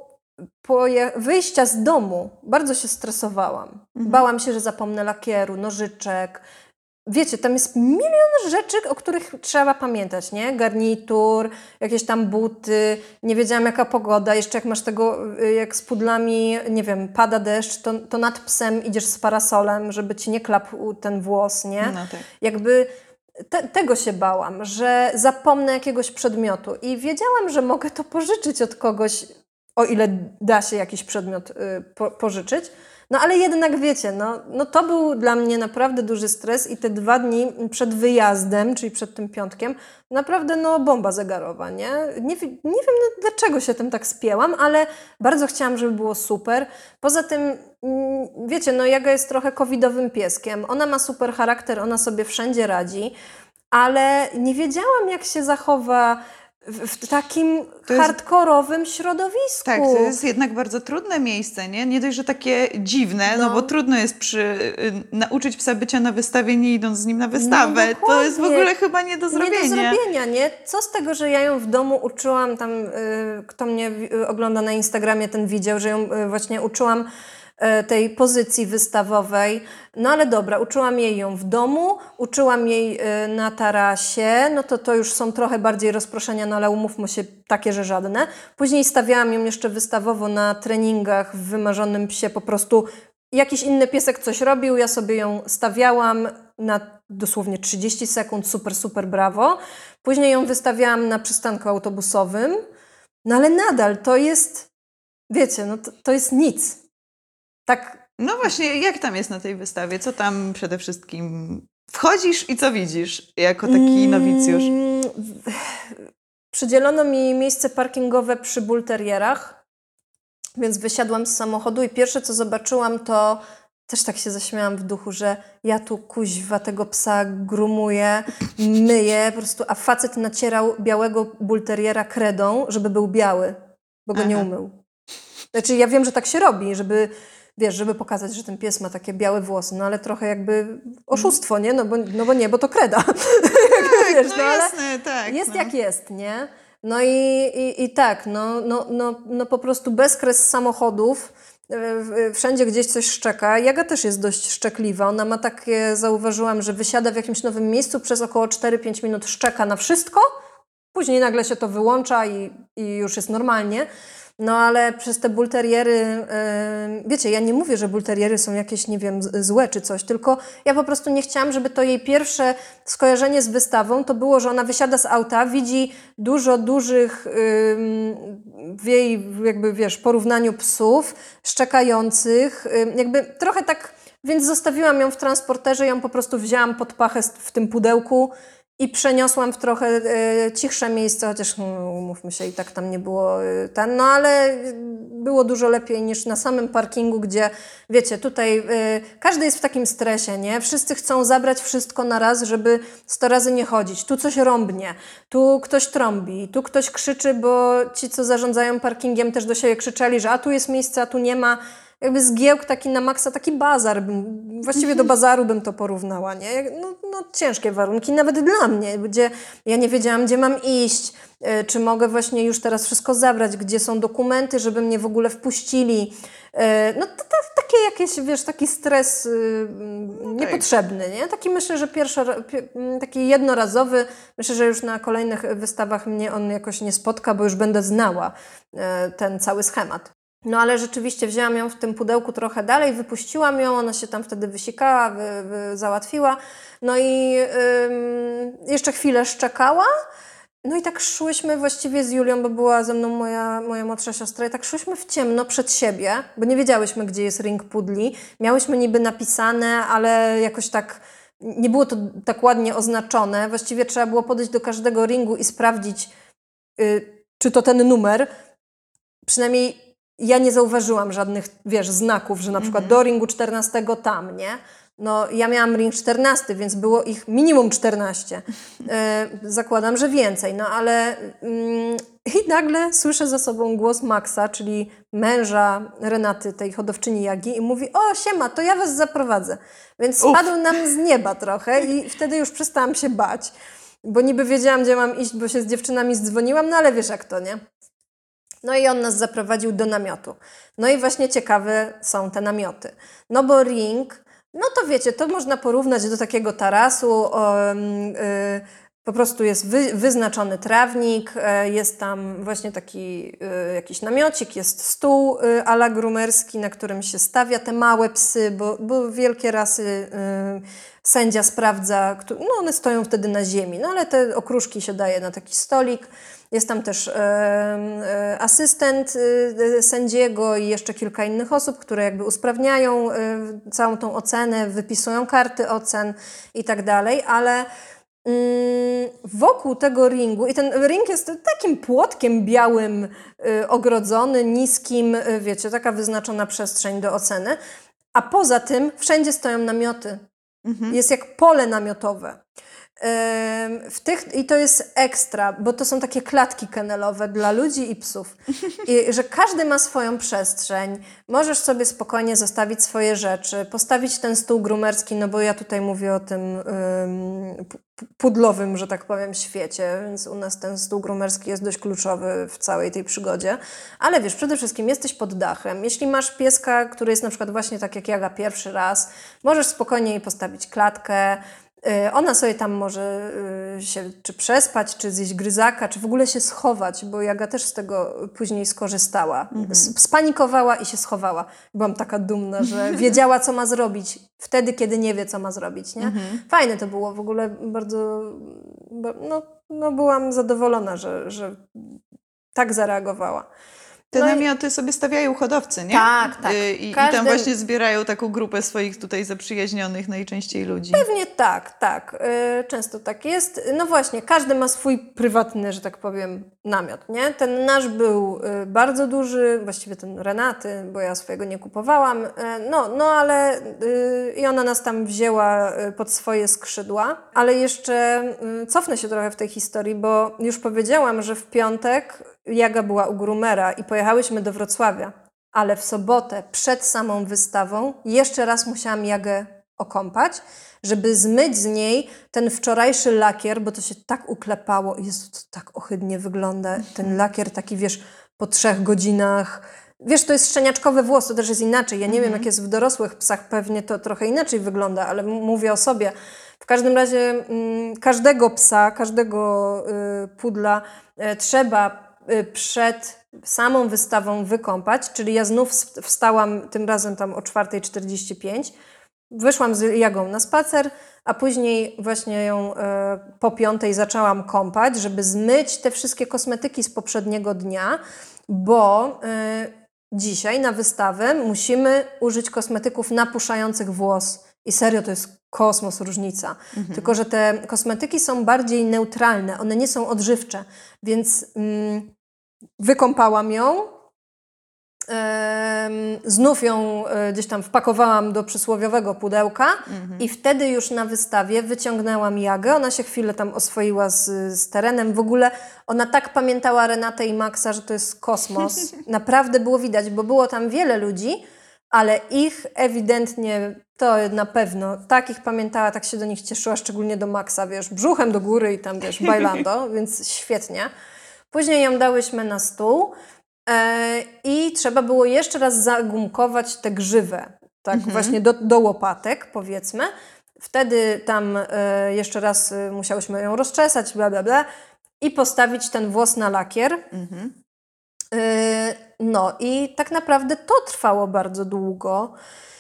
poje- wyjścia z domu bardzo się stresowałam. Mhm. Bałam się, że zapomnę lakieru, nożyczek. Wiecie, tam jest milion rzeczy, o których trzeba pamiętać, nie? Garnitur, jakieś tam buty, nie wiedziałam jaka pogoda, jeszcze jak masz tego, y, jak z pudlami, nie wiem, pada deszcz, to, to nad psem idziesz z parasolem, żeby ci nie klapł ten włos, nie? No tak. Jakby te, tego się bałam, że zapomnę jakiegoś przedmiotu i wiedziałam, że mogę to pożyczyć od kogoś, o ile da się jakiś przedmiot y, po, pożyczyć. No ale jednak wiecie, no, no to był dla mnie naprawdę duży stres i te dwa dni przed wyjazdem, czyli przed tym piątkiem, naprawdę no bomba zegarowa, nie? Nie, wi- nie wiem no, dlaczego się tym tak spięłam, ale bardzo chciałam, żeby było super. Poza tym, mm, wiecie, no Jaga jest trochę covidowym pieskiem, ona ma super charakter, ona sobie wszędzie radzi, ale nie wiedziałam jak się zachowa w, w takim To jest- hardkorowym środowisku. Tak, to jest jednak bardzo trudne miejsce, nie? Nie dość, że takie dziwne, no, No. bo trudno jest przy, y, nauczyć psa bycia na wystawie, nie idąc z nim na wystawę. No, to jest w dokładnie. ogóle chyba nie do zrobienia. Nie do zrobienia, nie? Co z tego, że ja ją w domu uczyłam, tam y, kto mnie y, ogląda na Instagramie, ten widział, że ją y, właśnie uczyłam y, tej pozycji wystawowej. No ale dobra, uczyłam jej ją w domu, uczyłam jej y, na tarasie, no to to już są trochę bardziej rozproszenia, no ale umówmy się, takie, że żadne. Później stawiałam ją jeszcze wystawowo na treningach w wymarzonym psie, po prostu jakiś inny piesek coś robił, ja sobie ją stawiałam na dosłownie trzydzieści sekund, super, super, brawo. Później ją wystawiałam na przystanku autobusowym, no ale nadal to jest, wiecie, no to, to jest nic. Tak, No właśnie, jak tam jest na tej wystawie? Co tam przede wszystkim wchodzisz i co widzisz jako taki nowicjusz? Mm, w- Przydzielono mi miejsce parkingowe przy bulterierach, więc wysiadłam z samochodu i pierwsze co zobaczyłam to, też tak się zaśmiałam w duchu, że ja tu kuźwa tego psa grumuję, myję, po prostu, a facet nacierał białego bulteriera kredą, żeby był biały, bo go nie Aha. umył. Znaczy ja wiem, że tak się robi, żeby, wiesz, żeby pokazać, że ten pies ma takie białe włosy, no ale trochę jakby oszustwo, nie? No bo, no bo nie, bo to kreda. Tak, Wiesz, no no ale jasne, tak. jest no. jak jest, nie? No i, i, i tak, no, no, no, no po prostu bezkres samochodów, e, w- wszędzie gdzieś coś szczeka. Jaga też jest dość szczekliwa. Ona ma takie, zauważyłam, że wysiada w jakimś nowym miejscu, przez około cztery pięć minut szczeka na wszystko, później nagle się to wyłącza i, i już jest normalnie. No ale przez te bulteriery, yy, wiecie, ja nie mówię, że bulteriery są jakieś, nie wiem, z- złe czy coś, tylko ja po prostu nie chciałam, żeby to jej pierwsze skojarzenie z wystawą to było, że ona wysiada z auta, widzi dużo dużych yy, w jej, jakby wiesz, porównaniu psów, szczekających, yy, jakby trochę tak, więc zostawiłam ją w transporterze, ją po prostu wzięłam pod pachę w tym pudełku i przeniosłam w trochę e, cichsze miejsce, chociaż no, umówmy się, i tak tam nie było e, ten, no ale było dużo lepiej niż na samym parkingu, gdzie wiecie, tutaj e, każdy jest w takim stresie, nie? Wszyscy chcą zabrać wszystko na raz, żeby sto razy nie chodzić. Tu coś rąbnie, tu ktoś trąbi, tu ktoś krzyczy, bo ci, co zarządzają parkingiem, też do siebie krzyczeli, że a tu jest miejsce, a tu nie ma. Jakby zgiełk taki na maksa, taki bazar. Bym, właściwie do bazaru bym to porównała, nie? Jak- No, no ciężkie warunki, nawet dla mnie, gdzie ja nie wiedziałam, gdzie mam iść, y, czy mogę właśnie już teraz wszystko zabrać, gdzie są dokumenty, żeby mnie w ogóle wpuścili. Y, No to, to takie jakieś, wiesz, taki stres y, niepotrzebny, nie? Taki myślę, że pierwszy, taki jednorazowy, myślę, że już na kolejnych wystawach mnie on jakoś nie spotka, bo już będę znała y, ten cały schemat. No ale rzeczywiście wzięłam ją w tym pudełku trochę dalej, wypuściłam ją, ona się tam wtedy wysikała, wy, wy, załatwiła. No i ym, jeszcze chwilę szczekała. No i tak szłyśmy właściwie z Julią, bo była ze mną moja, moja młodsza siostra, i tak szłyśmy w ciemno przed siebie, bo nie wiedziałyśmy, gdzie jest ring pudli. Miałyśmy niby napisane, ale jakoś tak nie było to tak ładnie oznaczone. Właściwie trzeba było podejść do każdego ringu i sprawdzić, y, czy to ten numer. Przynajmniej ja nie zauważyłam żadnych, wiesz, znaków, że na przykład do ringu czternastego tam, nie? No ja miałam ring czternasty, więc było ich minimum czternaście. E, zakładam, że więcej, no ale mm, i nagle słyszę za sobą głos Maxa, czyli męża Renaty, tej hodowczyni Jagi, i mówi: o, siema, to ja was zaprowadzę. Więc spadł nam z nieba trochę i wtedy już przestałam się bać, bo niby wiedziałam, gdzie mam iść, bo się z dziewczynami zdzwoniłam, no ale wiesz jak to, nie? No i on nas zaprowadził do namiotu. No i właśnie ciekawe są te namioty. No bo ring, no to wiecie, to można porównać do takiego tarasu. Um, y, po prostu jest wy, wyznaczony trawnik, y, jest tam właśnie taki y, jakiś namiocik, jest stół y, a la grumerski, na którym się stawia te małe psy, bo, bo wielkie rasy y, sędzia sprawdza, kto, no one stoją wtedy na ziemi, no ale te okruszki się daje na taki stolik. Jest tam też e, e, asystent e, sędziego i jeszcze kilka innych osób, które jakby usprawniają e, całą tą ocenę, wypisują karty ocen i tak dalej, ale mm, wokół tego ringu, i ten ring jest takim płotkiem białym, e, ogrodzony, niskim, e, wiecie, taka wyznaczona przestrzeń do oceny, a poza tym wszędzie stoją namioty. Mhm. Jest jak pole namiotowe. W tych, i to jest ekstra, bo to są takie klatki kennelowe dla ludzi i psów. I że każdy ma swoją przestrzeń. Możesz sobie spokojnie zostawić swoje rzeczy, postawić ten stół grumerski, no bo ja tutaj mówię o tym um, pudlowym, że tak powiem, świecie, więc u nas ten stół grumerski jest dość kluczowy w całej tej przygodzie. Ale wiesz, przede wszystkim jesteś pod dachem. Jeśli masz pieska, który jest na przykład właśnie tak jak Jaga pierwszy raz, możesz spokojnie jej postawić klatkę. Ona sobie tam może się czy przespać, czy zjeść gryzaka, czy w ogóle się schować, bo Jaga też z tego później skorzystała. Mhm. Spanikowała i się schowała. Byłam taka dumna, że wiedziała, co ma zrobić wtedy, kiedy nie wie, co ma zrobić. Nie? Mhm. Fajne to było, w ogóle bardzo... No, no byłam zadowolona, że, że tak zareagowała. Te no namioty i... sobie stawiają hodowcy, nie? Tak, tak. I, Każdy... I tam właśnie zbierają taką grupę swoich tutaj zaprzyjaźnionych najczęściej ludzi. Pewnie tak, tak. Yy, często tak jest. No właśnie, każdy ma swój prywatny, że tak powiem, namiot, nie? Ten nasz był yy, bardzo duży, właściwie ten Renaty, bo ja swojego nie kupowałam. Yy, no, no ale yy, i ona nas tam wzięła yy, pod swoje skrzydła. Ale jeszcze yy, cofnę się trochę w tej historii, bo już powiedziałam, że w piątek Jaga była u grumera i pojechałyśmy do Wrocławia, ale w sobotę przed samą wystawą jeszcze raz musiałam Jagę okąpać, żeby zmyć z niej ten wczorajszy lakier, bo to się tak uklepało. Jezu, to tak ohydnie wygląda. Ten lakier taki, wiesz, po trzech godzinach. Wiesz, to jest szczeniaczkowe włos, to też jest inaczej. Ja nie mm-hmm. wiem, jak jest w dorosłych psach, pewnie to trochę inaczej wygląda, ale m- mówię o sobie. W każdym razie m, każdego psa, każdego y, pudla y, trzeba przed samą wystawą wykąpać, czyli ja znów wstałam tym razem tam o czwarta czterdzieści pięć, wyszłam z Jagą na spacer, a później właśnie ją e, po piątej zaczęłam kąpać, żeby zmyć te wszystkie kosmetyki z poprzedniego dnia, bo e, dzisiaj na wystawę musimy użyć kosmetyków napuszających włos. I serio, to jest kosmos różnica. Mhm. Tylko że te kosmetyki są bardziej neutralne, one nie są odżywcze. Więc mm, wykąpałam ją, znów ją gdzieś tam wpakowałam do przysłowiowego pudełka mhm. i wtedy już na wystawie wyciągnęłam Jagę. Ona się chwilę tam oswoiła z, z terenem. W ogóle ona tak pamiętała Renatę i Maxa, że to jest kosmos. Naprawdę było widać, bo było tam wiele ludzi, ale ich ewidentnie to na pewno tak ich pamiętała, tak się do nich cieszyła, szczególnie do Maxa, wiesz, brzuchem do góry i tam, wiesz, bailando, więc świetnie. Później ją dałyśmy na stół. I trzeba było jeszcze raz zagumkować te grzywe, tak mhm. właśnie do, do łopatek, powiedzmy. Wtedy tam e, jeszcze raz e, musiałyśmy ją rozczesać, bla, bla, bla i postawić ten włos na lakier. Mhm. E, no i tak naprawdę to trwało bardzo długo.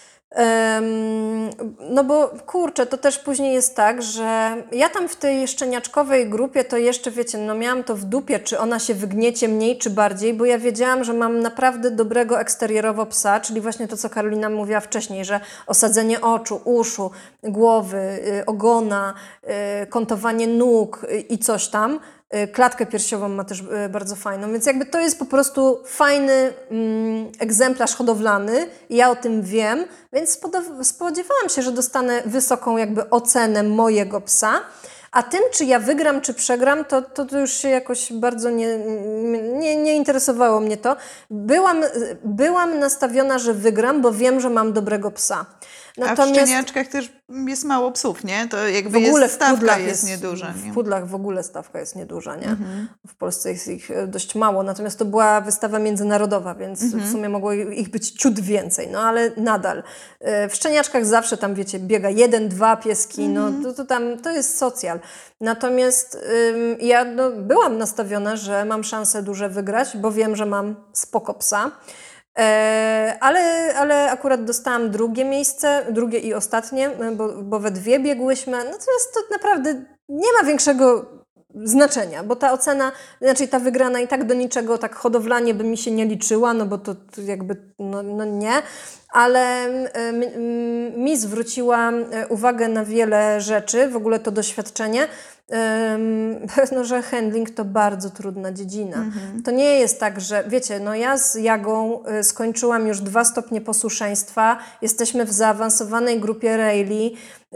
Um, no bo kurczę, to też później jest tak, że ja tam w tej szczeniaczkowej grupie to jeszcze, wiecie, no miałam to w dupie, czy ona się wygniecie mniej czy bardziej, bo ja wiedziałam, że mam naprawdę dobrego eksterierowo psa, czyli właśnie to, co Karolina mówiła wcześniej, że osadzenie oczu, uszu, głowy, y, ogona, y, kątowanie nóg y, i coś tam. Klatkę piersiową ma też bardzo fajną, więc jakby to jest po prostu fajny mm, egzemplarz hodowlany. Ja o tym wiem, więc spodziewałam się, że dostanę wysoką jakby ocenę mojego psa. A tym, czy ja wygram, czy przegram, to, to, to już się jakoś bardzo nie, nie, nie interesowało mnie to. Byłam, byłam nastawiona, że wygram, bo wiem, że mam dobrego psa. Natomiast... A w szczeniaczkach też jest mało psów, nie? To jakby w ogóle jest, stawka jest, jest nieduża. Nie? W pudlach w ogóle stawka jest nieduża, nie? Mhm. W Polsce jest ich dość mało, natomiast to była wystawa międzynarodowa, więc mhm. w sumie mogło ich być ciut więcej, no ale nadal. W szczeniaczkach zawsze tam, wiecie, biega jeden, dwa pieski, mhm. no to, to tam, to jest socjal. Natomiast ym, ja no, byłam nastawiona, że mam szansę duże wygrać, bo wiem, że mam spoko psa. E, ale, ale akurat dostałam drugie miejsce, drugie i ostatnie, bo, bo we dwie biegłyśmy. No to jest to naprawdę, nie ma większego znaczenia, bo ta ocena, znaczy ta wygrana i tak do niczego tak hodowlanie by mi się nie liczyła, no bo to, to jakby, no, no nie. Ale y, mi zwróciła uwagę na wiele rzeczy, w ogóle to doświadczenie, no, że handling to bardzo trudna dziedzina. Mhm. To nie jest tak, że wiecie, no ja z Jagą skończyłam już dwa stopnie posłuszeństwa, jesteśmy w zaawansowanej grupie Rayleigh, yy,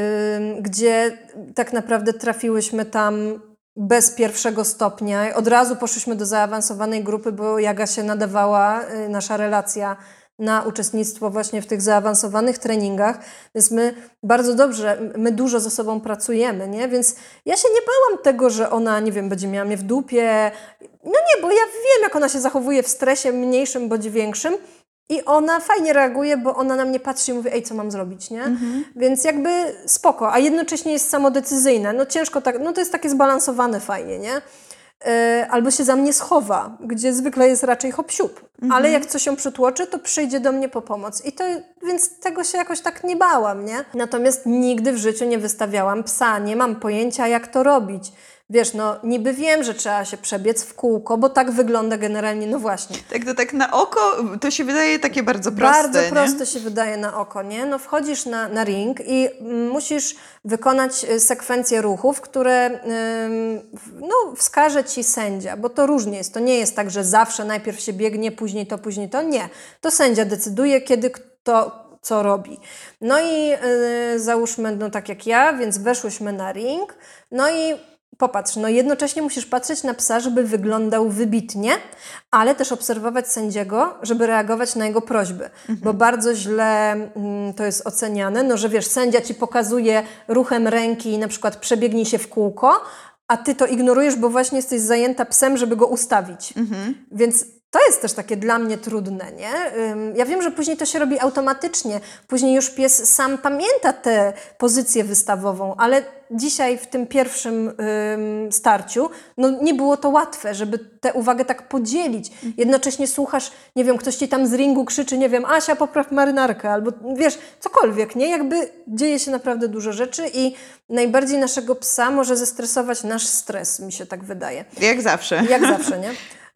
yy, gdzie tak naprawdę trafiłyśmy tam bez pierwszego stopnia. Od razu poszliśmy do zaawansowanej grupy, bo Jaga się nadawała, yy, nasza relacja na uczestnictwo właśnie w tych zaawansowanych treningach, więc my bardzo dobrze, my dużo ze sobą pracujemy, nie? Więc ja się nie bałam tego, że ona, nie wiem, będzie miała mnie w dupie. No nie, bo ja wiem, jak ona się zachowuje w stresie mniejszym bądź większym i ona fajnie reaguje, bo ona na mnie patrzy i mówi, ej, co mam zrobić, nie? Mhm. Więc jakby spoko, a jednocześnie jest samodecyzyjna. No ciężko tak, no to jest takie zbalansowane fajnie, nie? Albo się za mnie schowa, gdzie zwykle jest raczej hop-siup. Mhm. Ale jak coś się przytłoczy, to przyjdzie do mnie po pomoc. I to, więc tego się jakoś tak nie bałam, nie? Natomiast nigdy w życiu nie wystawiałam psa. Nie mam pojęcia, jak to robić. Wiesz, no niby wiem, że trzeba się przebiec w kółko, bo tak wygląda generalnie, no właśnie. Tak, to tak na oko to się wydaje takie bardzo proste, Bardzo nie? proste się wydaje na oko, nie? No wchodzisz na, na ring i musisz wykonać sekwencję ruchów, które ym, no, wskaże ci sędzia, bo to różnie jest. To nie jest tak, że zawsze najpierw się biegnie, później to, później to. Nie. To sędzia decyduje, kiedy kto co robi. No i yy, załóżmy, no tak jak ja, więc weszłyśmy na ring, no i popatrz, no jednocześnie musisz patrzeć na psa, żeby wyglądał wybitnie, ale też obserwować sędziego, żeby reagować na jego prośby, mhm. bo bardzo źle mm, to jest oceniane, no że wiesz, sędzia ci pokazuje ruchem ręki, na przykład przebiegnij się w kółko, a ty to ignorujesz, bo właśnie jesteś zajęta psem, żeby go ustawić. Mhm. Więc to jest też takie dla mnie trudne, nie? Ja wiem, że później to się robi automatycznie. Później już pies sam pamięta tę pozycję wystawową, ale dzisiaj w tym pierwszym ym, starciu no nie było to łatwe, żeby tę uwagę tak podzielić. Jednocześnie słuchasz, nie wiem, ktoś ci tam z ringu krzyczy, nie wiem, Asia, popraw marynarkę, albo wiesz, cokolwiek, nie? Jakby dzieje się naprawdę dużo rzeczy i najbardziej naszego psa może zestresować nasz stres, mi się tak wydaje. Jak zawsze. Jak zawsze, nie?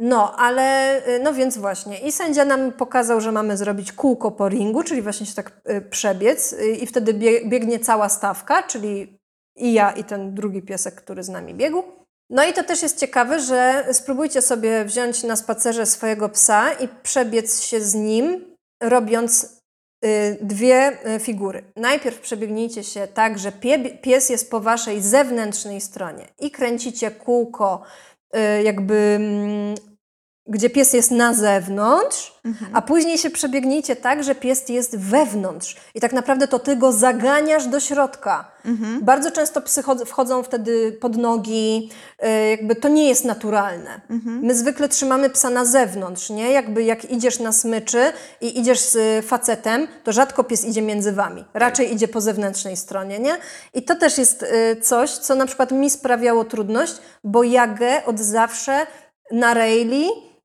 No, ale y, no więc właśnie. I sędzia nam pokazał, że mamy zrobić kółko po ringu, czyli właśnie się tak y, przebiec y, i wtedy bie, biegnie cała stawka, czyli i ja, i ten drugi piesek, który z nami biegł. No i to też jest ciekawe, że spróbujcie sobie wziąć na spacerze swojego psa i przebiec się z nim, robiąc y, dwie y, figury. Najpierw przebiegnijcie się tak, że pie, pies jest po waszej zewnętrznej stronie i kręcicie kółko y, jakby... Mm, gdzie pies jest na zewnątrz, mhm. a później się przebiegnijcie tak, że pies jest wewnątrz. I tak naprawdę to ty go zaganiasz do środka. Mhm. Bardzo często psy wchodzą wtedy pod nogi, jakby to nie jest naturalne. Mhm. My zwykle trzymamy psa na zewnątrz, nie? Jakby jak idziesz na smyczy i idziesz z facetem, to rzadko pies idzie między wami. Raczej tak. idzie po zewnętrznej stronie, nie? I to też jest coś, co na przykład mi sprawiało trudność, bo Jagę od zawsze na rejli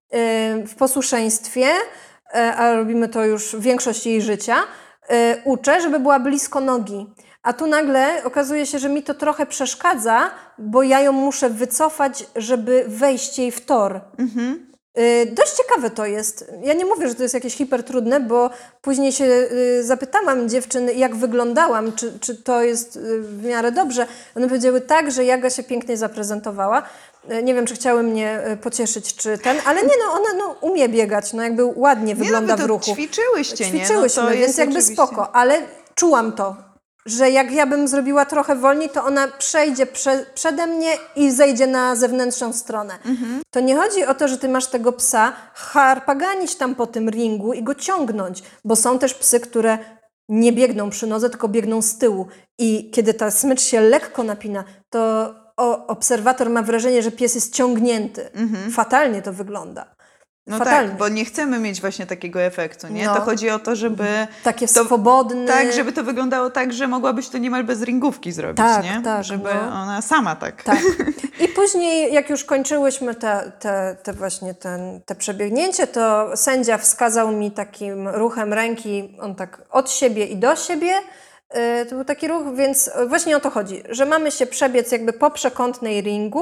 w posłuszeństwie, a robimy to już większość jej życia, uczę, żeby była blisko nogi. A tu nagle okazuje się, że mi to trochę przeszkadza, bo ja ją muszę wycofać, żeby wejść jej w tor. Mhm. Dość ciekawe to jest. Ja nie mówię, że to jest jakieś hipertrudne, bo później się zapytałam dziewczyn, jak wyglądałam, czy, czy to jest w miarę dobrze. One powiedziały tak, że Jaga się pięknie zaprezentowała. Nie wiem, czy chciały mnie pocieszyć, czy ten, ale nie no, ona no, umie biegać, no jakby ładnie nie, wygląda no, wy to w ruchu. ćwiczyłyście, nie? Ćwiczyłyśmy, no to więc jakby oczywiście... spoko, ale czułam to, że jak ja bym zrobiła trochę wolniej, to ona przejdzie prze, przede mnie i zejdzie na zewnętrzną stronę. Mhm. To nie chodzi o to, że ty masz tego psa harpaganić tam po tym ringu i go ciągnąć, bo są też psy, które nie biegną przy nodze, tylko biegną z tyłu i kiedy ta smycz się lekko napina, to O, obserwator ma wrażenie, że pies jest ciągnięty. Mhm. Fatalnie to wygląda. No Fatalnie. tak, bo nie chcemy mieć właśnie takiego efektu, nie? No. To chodzi o to, żeby... Takie to, swobodne... Tak, żeby to wyglądało tak, że mogłabyś to niemal bez ringówki zrobić, tak, nie? Tak, żeby no. ona sama tak... Tak. I później, jak już kończyłyśmy te, te, te właśnie ten, te przebiegnięcie, to sędzia wskazał mi takim ruchem ręki, on tak od siebie i do siebie. To był taki ruch, więc właśnie o to chodzi, że mamy się przebiec jakby po przekątnej ringu,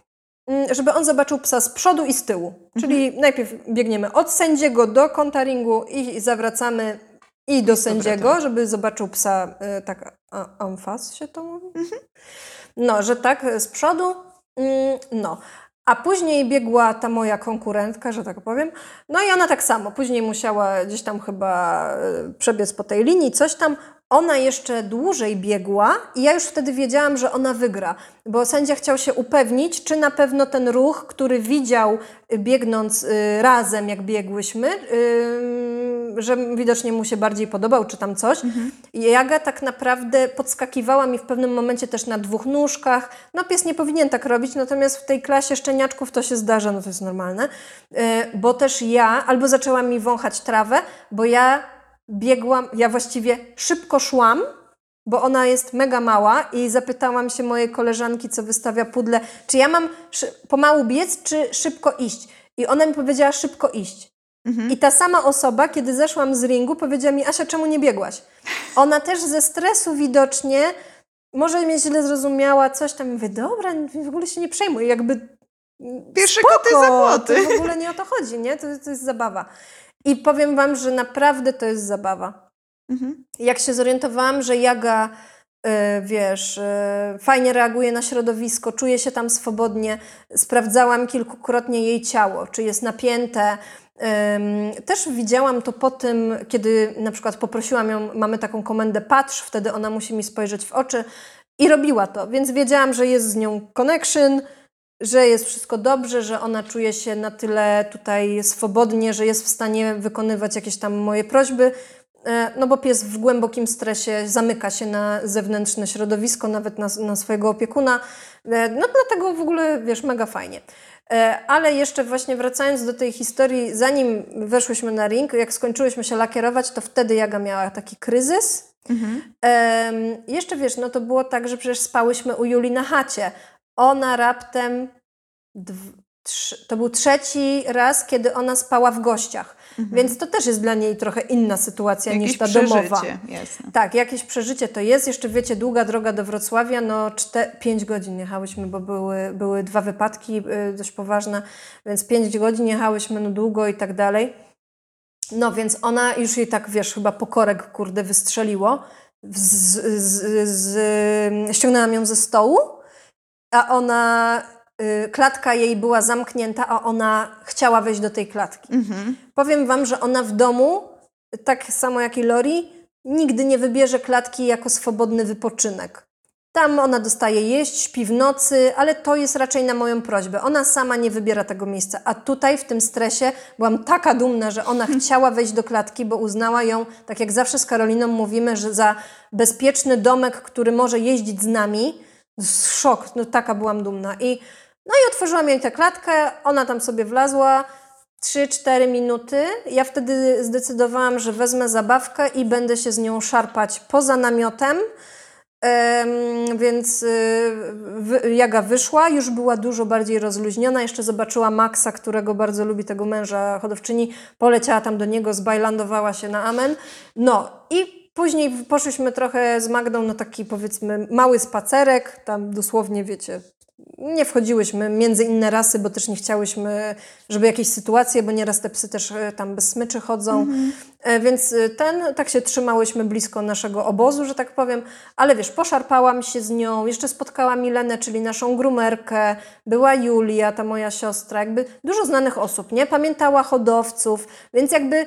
żeby on zobaczył psa z przodu i z tyłu. Mhm. Czyli najpierw biegniemy od sędziego do kąta ringu i zawracamy i do I sędziego, żeby zobaczył psa, tak en face się to mówi? Mhm. No, że tak z przodu, no. A później biegła ta moja konkurentka, że tak powiem, no i ona tak samo, później musiała gdzieś tam chyba przebiec po tej linii, coś tam. Ona jeszcze dłużej biegła i ja już wtedy wiedziałam, że ona wygra, bo sędzia chciał się upewnić, czy na pewno ten ruch, który widział biegnąc y, razem, jak biegłyśmy, y, że widocznie mu się bardziej podobał, czy tam coś. Mhm. I Jaga tak naprawdę podskakiwała mi w pewnym momencie też na dwóch nóżkach. No pies nie powinien tak robić, natomiast w tej klasie szczeniaczków to się zdarza, no to jest normalne. Y, bo też ja, albo zaczęła mi wąchać trawę, bo ja biegłam, ja właściwie szybko szłam, bo ona jest mega mała i zapytałam się mojej koleżanki, co wystawia pudle, czy ja mam pomału biec, czy szybko iść. I ona mi powiedziała szybko iść. Mhm. I ta sama osoba, kiedy zeszłam z ringu, powiedziała mi, Asia, czemu nie biegłaś? Ona też ze stresu widocznie, może mnie źle zrozumiała, coś tam, mówię, dobra, w ogóle się nie przejmuj, jakby pierwsze spoko, koty za płoty. To w ogóle nie o to chodzi, nie? To, to jest zabawa. I powiem wam, że naprawdę to jest zabawa. Mhm. Jak się zorientowałam, że Jaga, yy, wiesz, yy, fajnie reaguje na środowisko, czuje się tam swobodnie, sprawdzałam kilkukrotnie jej ciało, czy jest napięte. Yy, też widziałam to po tym, kiedy na przykład poprosiłam ją, mamy taką komendę patrz, wtedy ona musi mi spojrzeć w oczy i robiła to, więc wiedziałam, że jest z nią connection, że jest wszystko dobrze, że ona czuje się na tyle tutaj swobodnie, że jest w stanie wykonywać jakieś tam moje prośby, no bo pies w głębokim stresie zamyka się na zewnętrzne środowisko, nawet na, na swojego opiekuna, no dlatego w ogóle, wiesz, mega fajnie. Ale jeszcze właśnie wracając do tej historii, zanim weszłyśmy na ring, jak skończyłyśmy się lakierować, to wtedy Jaga miała taki kryzys. Mhm. Um, jeszcze wiesz, no to było tak, że przecież spałyśmy u Julii na chacie. Ona raptem dw- trz- to był trzeci raz, kiedy ona spała w gościach. Mhm. Więc to też jest dla niej trochę inna sytuacja Jakieś niż ta przeżycie, domowa. jasne. Tak, jakieś przeżycie to jest. Jeszcze wiecie, długa droga do Wrocławia, no pięć godzin jechałyśmy, bo były, były dwa wypadki y, dość poważne, więc pięć godzin jechałyśmy, no długo i tak dalej. No więc ona już jej tak, wiesz, chyba pokorek, kurde, wystrzeliło. Z, z, z, ściągnęłam ją ze stołu, a ona, y, klatka jej była zamknięta, a ona chciała wejść do tej klatki. Mhm. Powiem wam, że ona w domu, tak samo jak i Lori, nigdy nie wybierze klatki jako swobodny wypoczynek. Tam ona dostaje jeść, śpi w nocy, ale to jest raczej na moją prośbę. Ona sama nie wybiera tego miejsca. A tutaj w tym stresie byłam taka dumna, że ona chciała wejść do klatki, bo uznała ją, tak jak zawsze z Karoliną mówimy, że za bezpieczny domek, który może jeździć z nami. Szok, no taka byłam dumna. I, no i otworzyłam jej tę klatkę, ona tam sobie wlazła. trzy cztery minuty. Ja wtedy zdecydowałam, że wezmę zabawkę i będę się z nią szarpać poza namiotem. Um, więc y, Jaga wyszła, już była dużo bardziej rozluźniona, jeszcze zobaczyła Maxa, którego bardzo lubi, tego męża hodowczyni, poleciała tam do niego, zbajlandowała się na amen. No i później poszliśmy trochę z Magdą na taki, powiedzmy, mały spacerek, tam dosłownie, wiecie, nie wchodziłyśmy między inne rasy, bo też nie chciałyśmy, żeby jakieś sytuacje, bo nieraz te psy też tam bez smyczy chodzą. Mhm. Więc ten, tak się trzymałyśmy blisko naszego obozu, że tak powiem. Ale wiesz, poszarpałam się z nią, jeszcze spotkałam Milenę, czyli naszą grumerkę, była Julia, ta moja siostra, jakby dużo znanych osób, nie? Pamiętała hodowców, więc jakby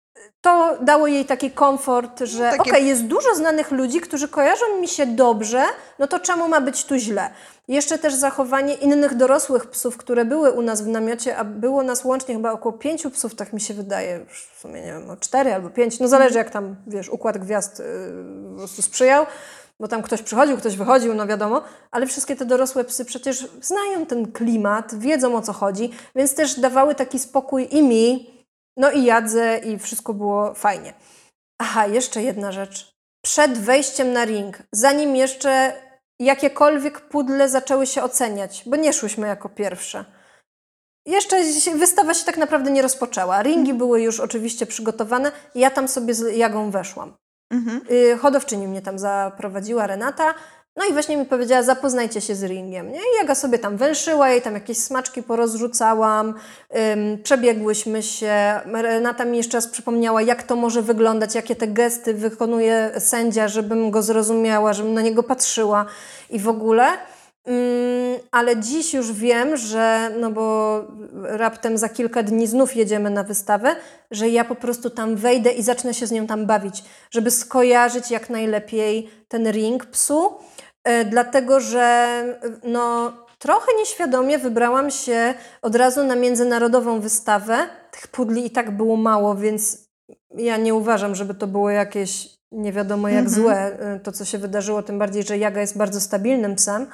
to dało jej taki komfort, że no, takie... okej, okay, jest dużo znanych ludzi, którzy kojarzą mi się dobrze, no to czemu ma być tu źle? Jeszcze też zachowanie innych dorosłych psów, które były u nas w namiocie, a było nas łącznie chyba około pięciu psów, tak mi się wydaje, już w sumie nie wiem, o cztery albo pięć, no zależy jak tam, wiesz, układ gwiazd yy, po prostu sprzyjał, bo tam ktoś przychodził, ktoś wychodził, no wiadomo, ale wszystkie te dorosłe psy przecież znają ten klimat, wiedzą o co chodzi, więc też dawały taki spokój i mi, no i Jadze i wszystko było fajnie. Aha, jeszcze jedna rzecz. Przed wejściem na ring, zanim jeszcze jakiekolwiek pudle zaczęły się oceniać, bo nie szłyśmy jako pierwsze. Jeszcze wystawa się tak naprawdę nie rozpoczęła. Ringi były już oczywiście przygotowane. Ja tam sobie z Jagą weszłam. Mhm. Hodowczyni mnie tam zaprowadziła, Renata. No i właśnie mi powiedziała, zapoznajcie się z ringiem. Nie? I Jaga sobie tam węszyła, jej tam jakieś smaczki porozrzucałam, ym, przebiegłyśmy się. Renata mi jeszcze raz przypomniała, jak to może wyglądać, jakie te gesty wykonuje sędzia, żebym go zrozumiała, żebym na niego patrzyła i w ogóle. Ym, ale dziś już wiem, że, no bo raptem za kilka dni znów jedziemy na wystawę, że ja po prostu tam wejdę i zacznę się z nią tam bawić, żeby skojarzyć jak najlepiej ten ring psu. Dlatego, że no, trochę nieświadomie wybrałam się od razu na międzynarodową wystawę. Tych pudli i tak było mało, więc ja nie uważam, żeby to było jakieś nie wiadomo jak mm-hmm. złe, to co się wydarzyło, tym bardziej, że Jaga jest bardzo stabilnym psem.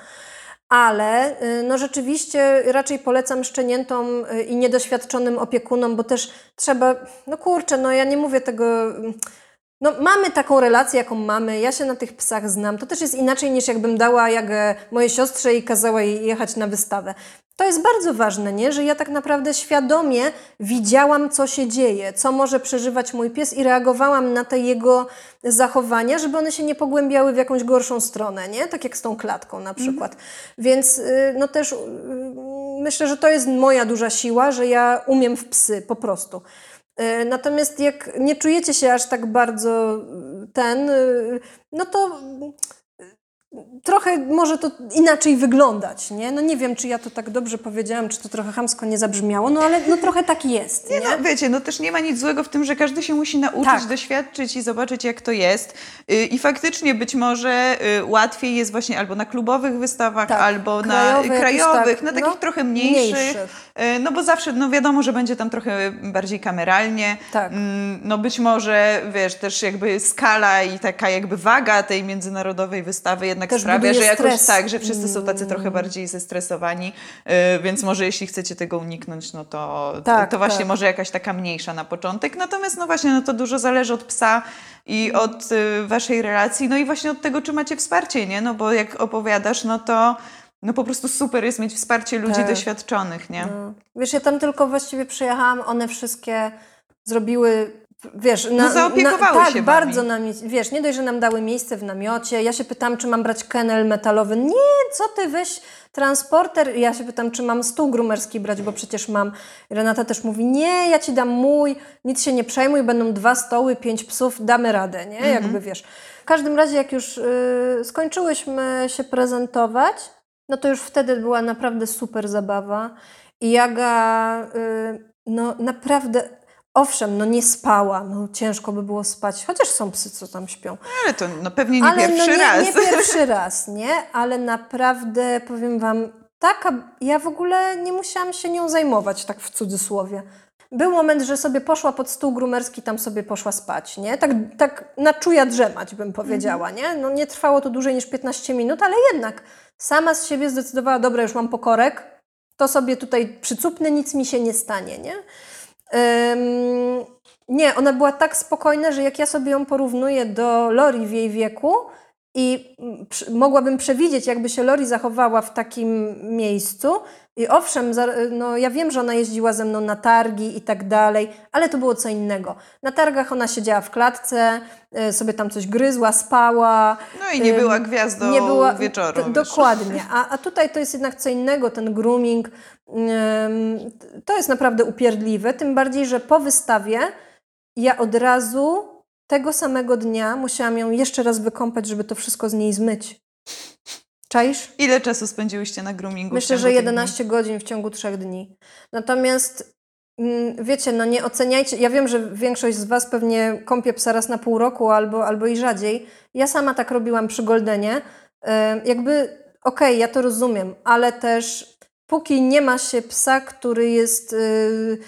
Ale no rzeczywiście raczej polecam szczeniętom i niedoświadczonym opiekunom, bo też trzeba, no kurczę, no ja nie mówię tego... No mamy taką relację, jaką mamy, ja się na tych psach znam. To też jest inaczej niż jakbym dała Jagę mojej siostrze i kazała jej jechać na wystawę. To jest bardzo ważne, nie? Że ja tak naprawdę świadomie widziałam, co się dzieje, co może przeżywać mój pies i reagowałam na te jego zachowania, żeby one się nie pogłębiały w jakąś gorszą stronę, nie? Tak jak z tą klatką na przykład. Mhm. Więc no też myślę, że to jest moja duża siła, że ja umiem w psy po prostu. Natomiast jak nie czujecie się aż tak bardzo ten, no to trochę może to inaczej wyglądać, nie? No nie wiem, czy ja to tak dobrze powiedziałam, czy to trochę chamsko nie zabrzmiało, no ale no trochę tak jest, nie? nie? No wiecie, no też nie ma nic złego w tym, że każdy się musi nauczyć, tak. doświadczyć i zobaczyć, jak to jest. I faktycznie być może łatwiej jest właśnie albo na klubowych wystawach, tak. albo krajowych, na krajowych, tak, na takich no, trochę mniejszych. mniejszych. No bo zawsze, no wiadomo, że będzie tam trochę bardziej kameralnie. Tak. No być może, wiesz, też jakby skala i taka jakby waga tej międzynarodowej wystawy jednak też sprawia, że jakoś stres. tak, że wszyscy są tacy trochę bardziej zestresowani, yy, więc może jeśli chcecie tego uniknąć, no to, tak, to właśnie tak. może jakaś taka mniejsza na początek. Natomiast no właśnie, no to dużo zależy od psa i od y, waszej relacji, no i właśnie od tego, czy macie wsparcie, nie? No bo jak opowiadasz, no to no po prostu super jest mieć wsparcie ludzi Tak. doświadczonych, nie? No. Wiesz, ja tam tylko właściwie przyjechałam, one wszystkie zrobiły, wiesz... No zaopiekowały tak, się bardzo wami. nam, wiesz, nie dość, że nam dały miejsce w namiocie, ja się pytam, czy mam brać kennel metalowy. Nie, co ty, weź transporter. Ja się pytam, czy mam stół grumerski brać, bo przecież mam. I Renata też mówi, nie, ja ci dam mój, nic się nie przejmuj, będą dwa stoły, pięć psów, damy radę, nie? Mhm. Jakby, wiesz. W każdym razie, jak już y, skończyłyśmy się prezentować, no to już wtedy była naprawdę super zabawa. I Jaga, y, no naprawdę, owszem, no nie spała, no ciężko by było spać, chociaż są psy, co tam śpią. Ale to no, pewnie nie Ale pierwszy no nie, raz. nie pierwszy raz, nie? Ale naprawdę, powiem wam, taka, ja w ogóle nie musiałam się nią zajmować, tak w cudzysłowie. Był moment, że sobie poszła pod stół grumerski, tam sobie poszła spać, nie? Tak, tak na czuja drzemać, bym powiedziała, nie? No nie trwało to dłużej niż piętnaście minut, ale jednak sama z siebie zdecydowała, dobra, już mam pokorek, to sobie tutaj przycupnę, nic mi się nie stanie, nie? Ym, nie, ona była tak spokojna, że jak ja sobie ją porównuję do Lori w jej wieku i mm, przy, mogłabym przewidzieć, jakby się Lori zachowała w takim miejscu. I owszem, za, no, ja wiem, że ona jeździła ze mną na targi i tak dalej, ale to było co innego. Na targach ona siedziała w klatce, y, sobie tam coś gryzła, spała. No i nie Ym, była gwiazdą nie była, wieczoru. t- wiesz. dokładnie. A, a tutaj to jest jednak co innego, ten grooming. Ym, to jest naprawdę upierdliwe, tym bardziej, że po wystawie ja od razu tego samego dnia musiałam ją jeszcze raz wykąpać, żeby to wszystko z niej zmyć. Czaisz? Ile czasu spędziłyście na groomingu? w Myślę, ciągu że tych jedenaście godzin w ciągu trzech dni. Natomiast mm, wiecie, no nie oceniajcie, ja wiem, że większość z was pewnie kąpie psa raz na pół roku albo, albo i rzadziej. Ja sama tak robiłam przy Goldenie. Yy, jakby, okej, ja to rozumiem, ale też póki nie ma się psa, który jest... Yy,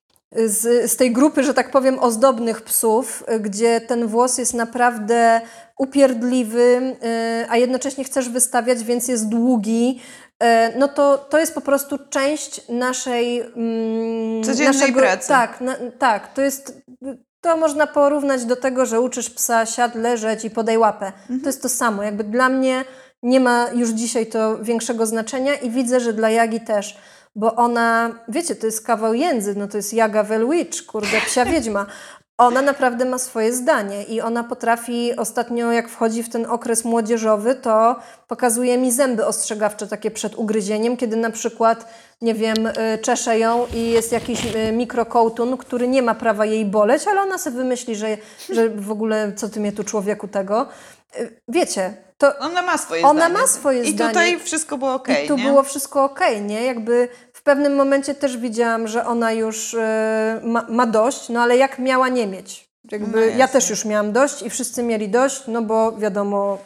Z, z tej grupy, że tak powiem, ozdobnych psów, y, gdzie ten włos jest naprawdę upierdliwy, y, a jednocześnie chcesz wystawiać, więc jest długi, y, no to to jest po prostu część naszej... Mm, Codziennej naszego, pracy. Tak, na, tak, to jest... To można porównać do tego, że uczysz psa siad, leżeć i podaj łapę. Mhm. To jest to samo. Jakby dla mnie nie ma już dzisiaj to większego znaczenia i widzę, że dla Jagi też. Bo ona, wiecie, to jest kawał jędzy, no to jest Jaga Welwitch, kurde, psia wiedźma. Ona naprawdę ma swoje zdanie i ona potrafi, ostatnio jak wchodzi w ten okres młodzieżowy, to pokazuje mi zęby ostrzegawcze takie przed ugryzieniem, kiedy na przykład, nie wiem, y, czeszę ją i jest jakiś y, mikrokołtun, który nie ma prawa jej boleć, ale ona sobie wymyśli, że, że w ogóle co ty mnie tu człowieku tego. Y, Wiecie, to Ona ma swoje Ona zdanie. ma swoje I zdanie. tutaj wszystko było okej, i tu nie? było wszystko okej, nie? Jakby w pewnym momencie też widziałam, że ona już e, ma, ma dość, no ale jak miała nie mieć? Jakby No ja jasne. też już miałam dość i wszyscy mieli dość, no bo wiadomo,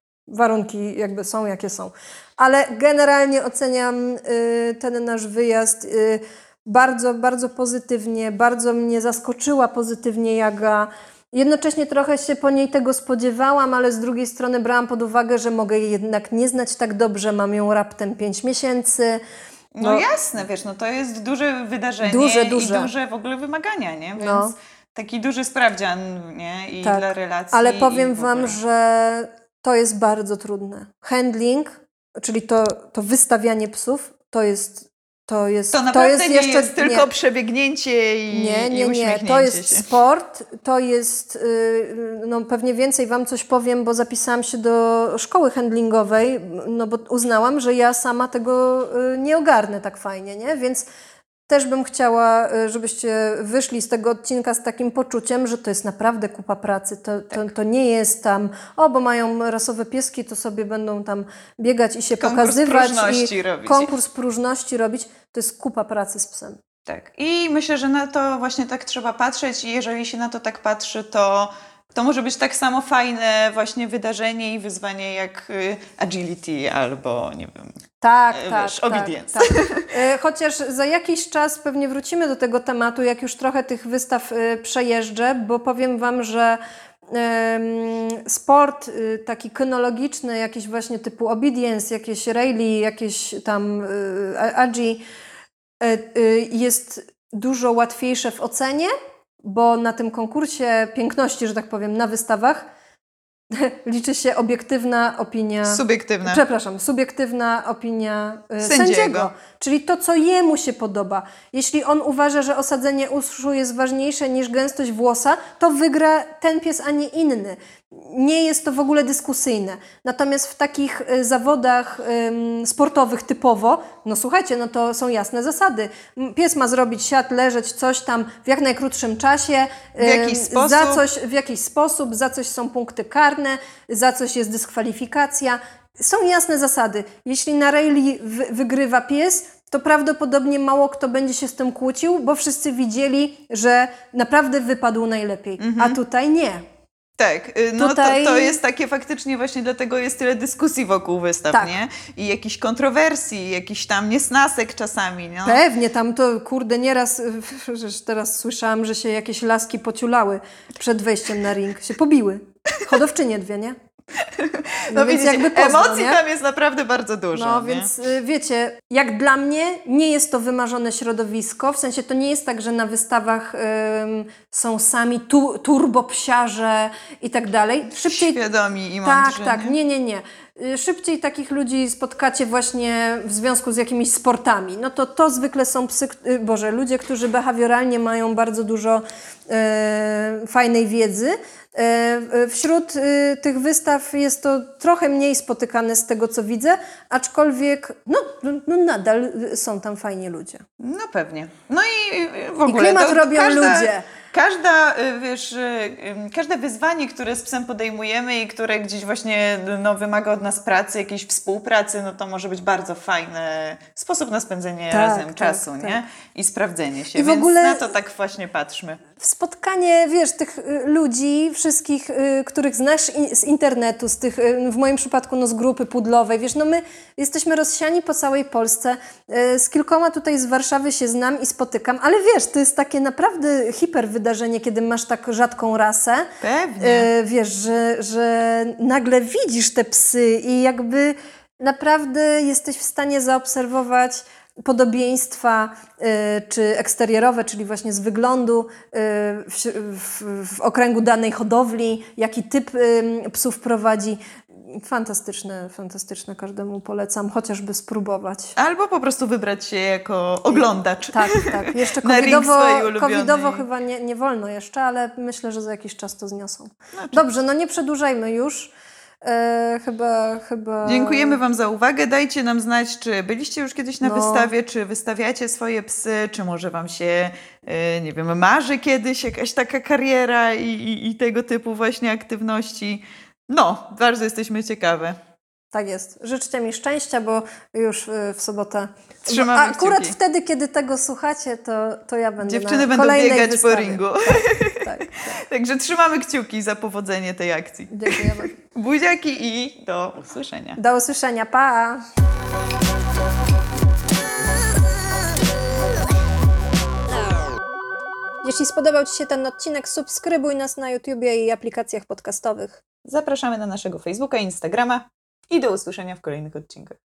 warunki jakby są jakie są. Ale generalnie oceniam y, ten nasz wyjazd y, bardzo, bardzo pozytywnie, bardzo mnie zaskoczyła pozytywnie Jaga. Jednocześnie trochę się po niej tego spodziewałam, ale z drugiej strony brałam pod uwagę, że mogę jej jednak nie znać tak dobrze, mam ją raptem pięć miesięcy. No, No. jasne, wiesz, no to jest duże wydarzenie Duże, i duże. duże w ogóle wymagania, nie? Więc No. taki duży sprawdzian, nie? I Tak, dla relacji. Ale i powiem w wam, ogóle. że to jest bardzo trudne. Handling, czyli to, to wystawianie psów, to jest to jest To naprawdę jest nie jeszcze jest tylko nie. przebiegnięcie i, Nie, i nie, nie. uśmiechnięcie To jest się. sport, to jest, yy, no pewnie więcej wam coś powiem, bo zapisałam się do szkoły handlingowej, no bo uznałam, że ja sama tego yy, nie ogarnę tak fajnie, nie? Więc też bym chciała, yy, żebyście wyszli z tego odcinka z takim poczuciem, że to jest naprawdę kupa pracy. To, to, to nie jest tam, o, bo mają rasowe pieski, to sobie będą tam biegać i się Konkurs pokazywać próżności i robić. konkurs próżności robić. To jest kupa pracy z psem. Tak. I myślę, że na to właśnie tak trzeba patrzeć i jeżeli się na to tak patrzy, to to może być tak samo fajne właśnie wydarzenie i wyzwanie jak y, agility albo nie wiem. Tak, E, tak, wiesz, tak, obedience. tak. E, Chociaż za jakiś czas pewnie wrócimy do tego tematu, jak już trochę tych wystaw e, przejeżdżę, bo powiem wam, że em, sport e, taki kynologiczny, jakiś właśnie typu obedience, jakieś rally, jakieś tam e, agi, e, e, jest dużo łatwiejsze w ocenie, bo na tym konkursie piękności, że tak powiem, na wystawach liczy się obiektywna opinia... Subiektywna. Przepraszam, subiektywna opinia y, Sędziego. sędziego. Czyli to, co jemu się podoba. Jeśli on uważa, że osadzenie uszu jest ważniejsze niż gęstość włosa, to wygra ten pies, a nie inny. Nie jest to w ogóle dyskusyjne. Natomiast w takich y, zawodach ym, sportowych typowo, no słuchajcie, no to są jasne zasady. M, Pies ma zrobić siat, leżeć, coś tam w jak najkrótszym czasie. W jakiś ym, sposób. Za coś, w jakiś sposób, za coś są punkty karne, za coś jest dyskwalifikacja. Są jasne zasady. Jeśli na rally wy- wygrywa pies, to prawdopodobnie mało kto będzie się z tym kłócił, bo wszyscy widzieli, że naprawdę wypadł najlepiej. A tutaj nie. Tak, y, no Tutaj- to, to jest takie faktycznie właśnie dlatego jest tyle dyskusji wokół wystaw, Tak. nie? I jakichś kontrowersji, jakichś tam niesnasek czasami, no. Pewnie, tam to kurde nieraz, przecież teraz słyszałam, że się jakieś laski pociulały przed wejściem na ring, się pobiły. Hodowczynie dwie, nie? No, No więc widzicie, jakby poznał, emocji nie? tam jest naprawdę bardzo dużo, No nie? więc y, wiecie, jak dla mnie nie jest to wymarzone środowisko, w sensie to nie jest tak, że na wystawach ym, są sami tu, turbopsiarze i tak dalej. Szybciej Świadomi i Tak, mądrzy, tak, nie? nie, nie, nie. Y, Szybciej takich ludzi spotkacie właśnie w związku z jakimiś sportami. No to to zwykle są psy, y, Boże, ludzie, którzy behawioralnie mają bardzo dużo y, fajnej wiedzy. Y, wśród y, tych wystaw jest to trochę mniej spotykane z tego, co widzę, aczkolwiek no, no, no nadal są tam fajni ludzie. No pewnie. No i y, w ogóle... klimat to- robią każda, ludzie. Każda, y, wiesz, y, y, każde wyzwanie, które z psem podejmujemy i które gdzieś właśnie no, wymaga od nas pracy, jakiejś współpracy, no to może być bardzo fajny sposób na spędzenie Tak, razem tak, czasu, tak. nie? I sprawdzenie się. I w Więc ogóle- na to tak właśnie patrzmy. W spotkanie, wiesz, tych y, ludzi, wszystkich, y, których znasz i, z internetu, z tych, y, w moim przypadku no, z grupy pudlowej, wiesz, no my jesteśmy rozsiani po całej Polsce, y, z kilkoma tutaj z Warszawy się znam i spotykam, ale wiesz, to jest takie naprawdę hiper wydarzenie, kiedy masz tak rzadką rasę. Pewnie. Y, wiesz, że, że nagle widzisz te psy i jakby naprawdę jesteś w stanie zaobserwować podobieństwa y, czy eksterierowe, czyli właśnie z wyglądu y, w, w, w okręgu danej hodowli, jaki typ y, psów prowadzi. Fantastyczne, fantastyczne, każdemu polecam chociażby spróbować. Albo po prostu wybrać się jako oglądacz. Tak, tak. Jeszcze Na ring covidowo, swojej ulubionej. covidowo chyba nie, nie wolno jeszcze, ale myślę, że za jakiś czas to zniosą. Znaczy- Dobrze, no nie przedłużajmy już. E, chyba, chyba... Dziękujemy Wam za uwagę. Dajcie nam znać, czy byliście już kiedyś na No. wystawie, czy wystawiacie swoje psy, czy może Wam się, e, nie wiem, marzy kiedyś jakaś taka kariera i, i, i tego typu właśnie aktywności. No, bardzo jesteśmy ciekawe. Tak jest. Życzcie mi szczęścia, bo już y, w sobotę... Trzymamy A akurat kciuki. wtedy, kiedy tego słuchacie, to, to ja będę Dziewczyny na będą kolejnej biegać wystawie. po ringu. Tak, tak. Także trzymamy kciuki za powodzenie tej akcji. Dziękujemy. Buziaki i do usłyszenia. Do usłyszenia. Pa! Jeśli spodobał Ci się ten odcinek, subskrybuj nas na YouTubie i aplikacjach podcastowych. Zapraszamy na naszego Facebooka i Instagrama i do usłyszenia w kolejnych odcinkach.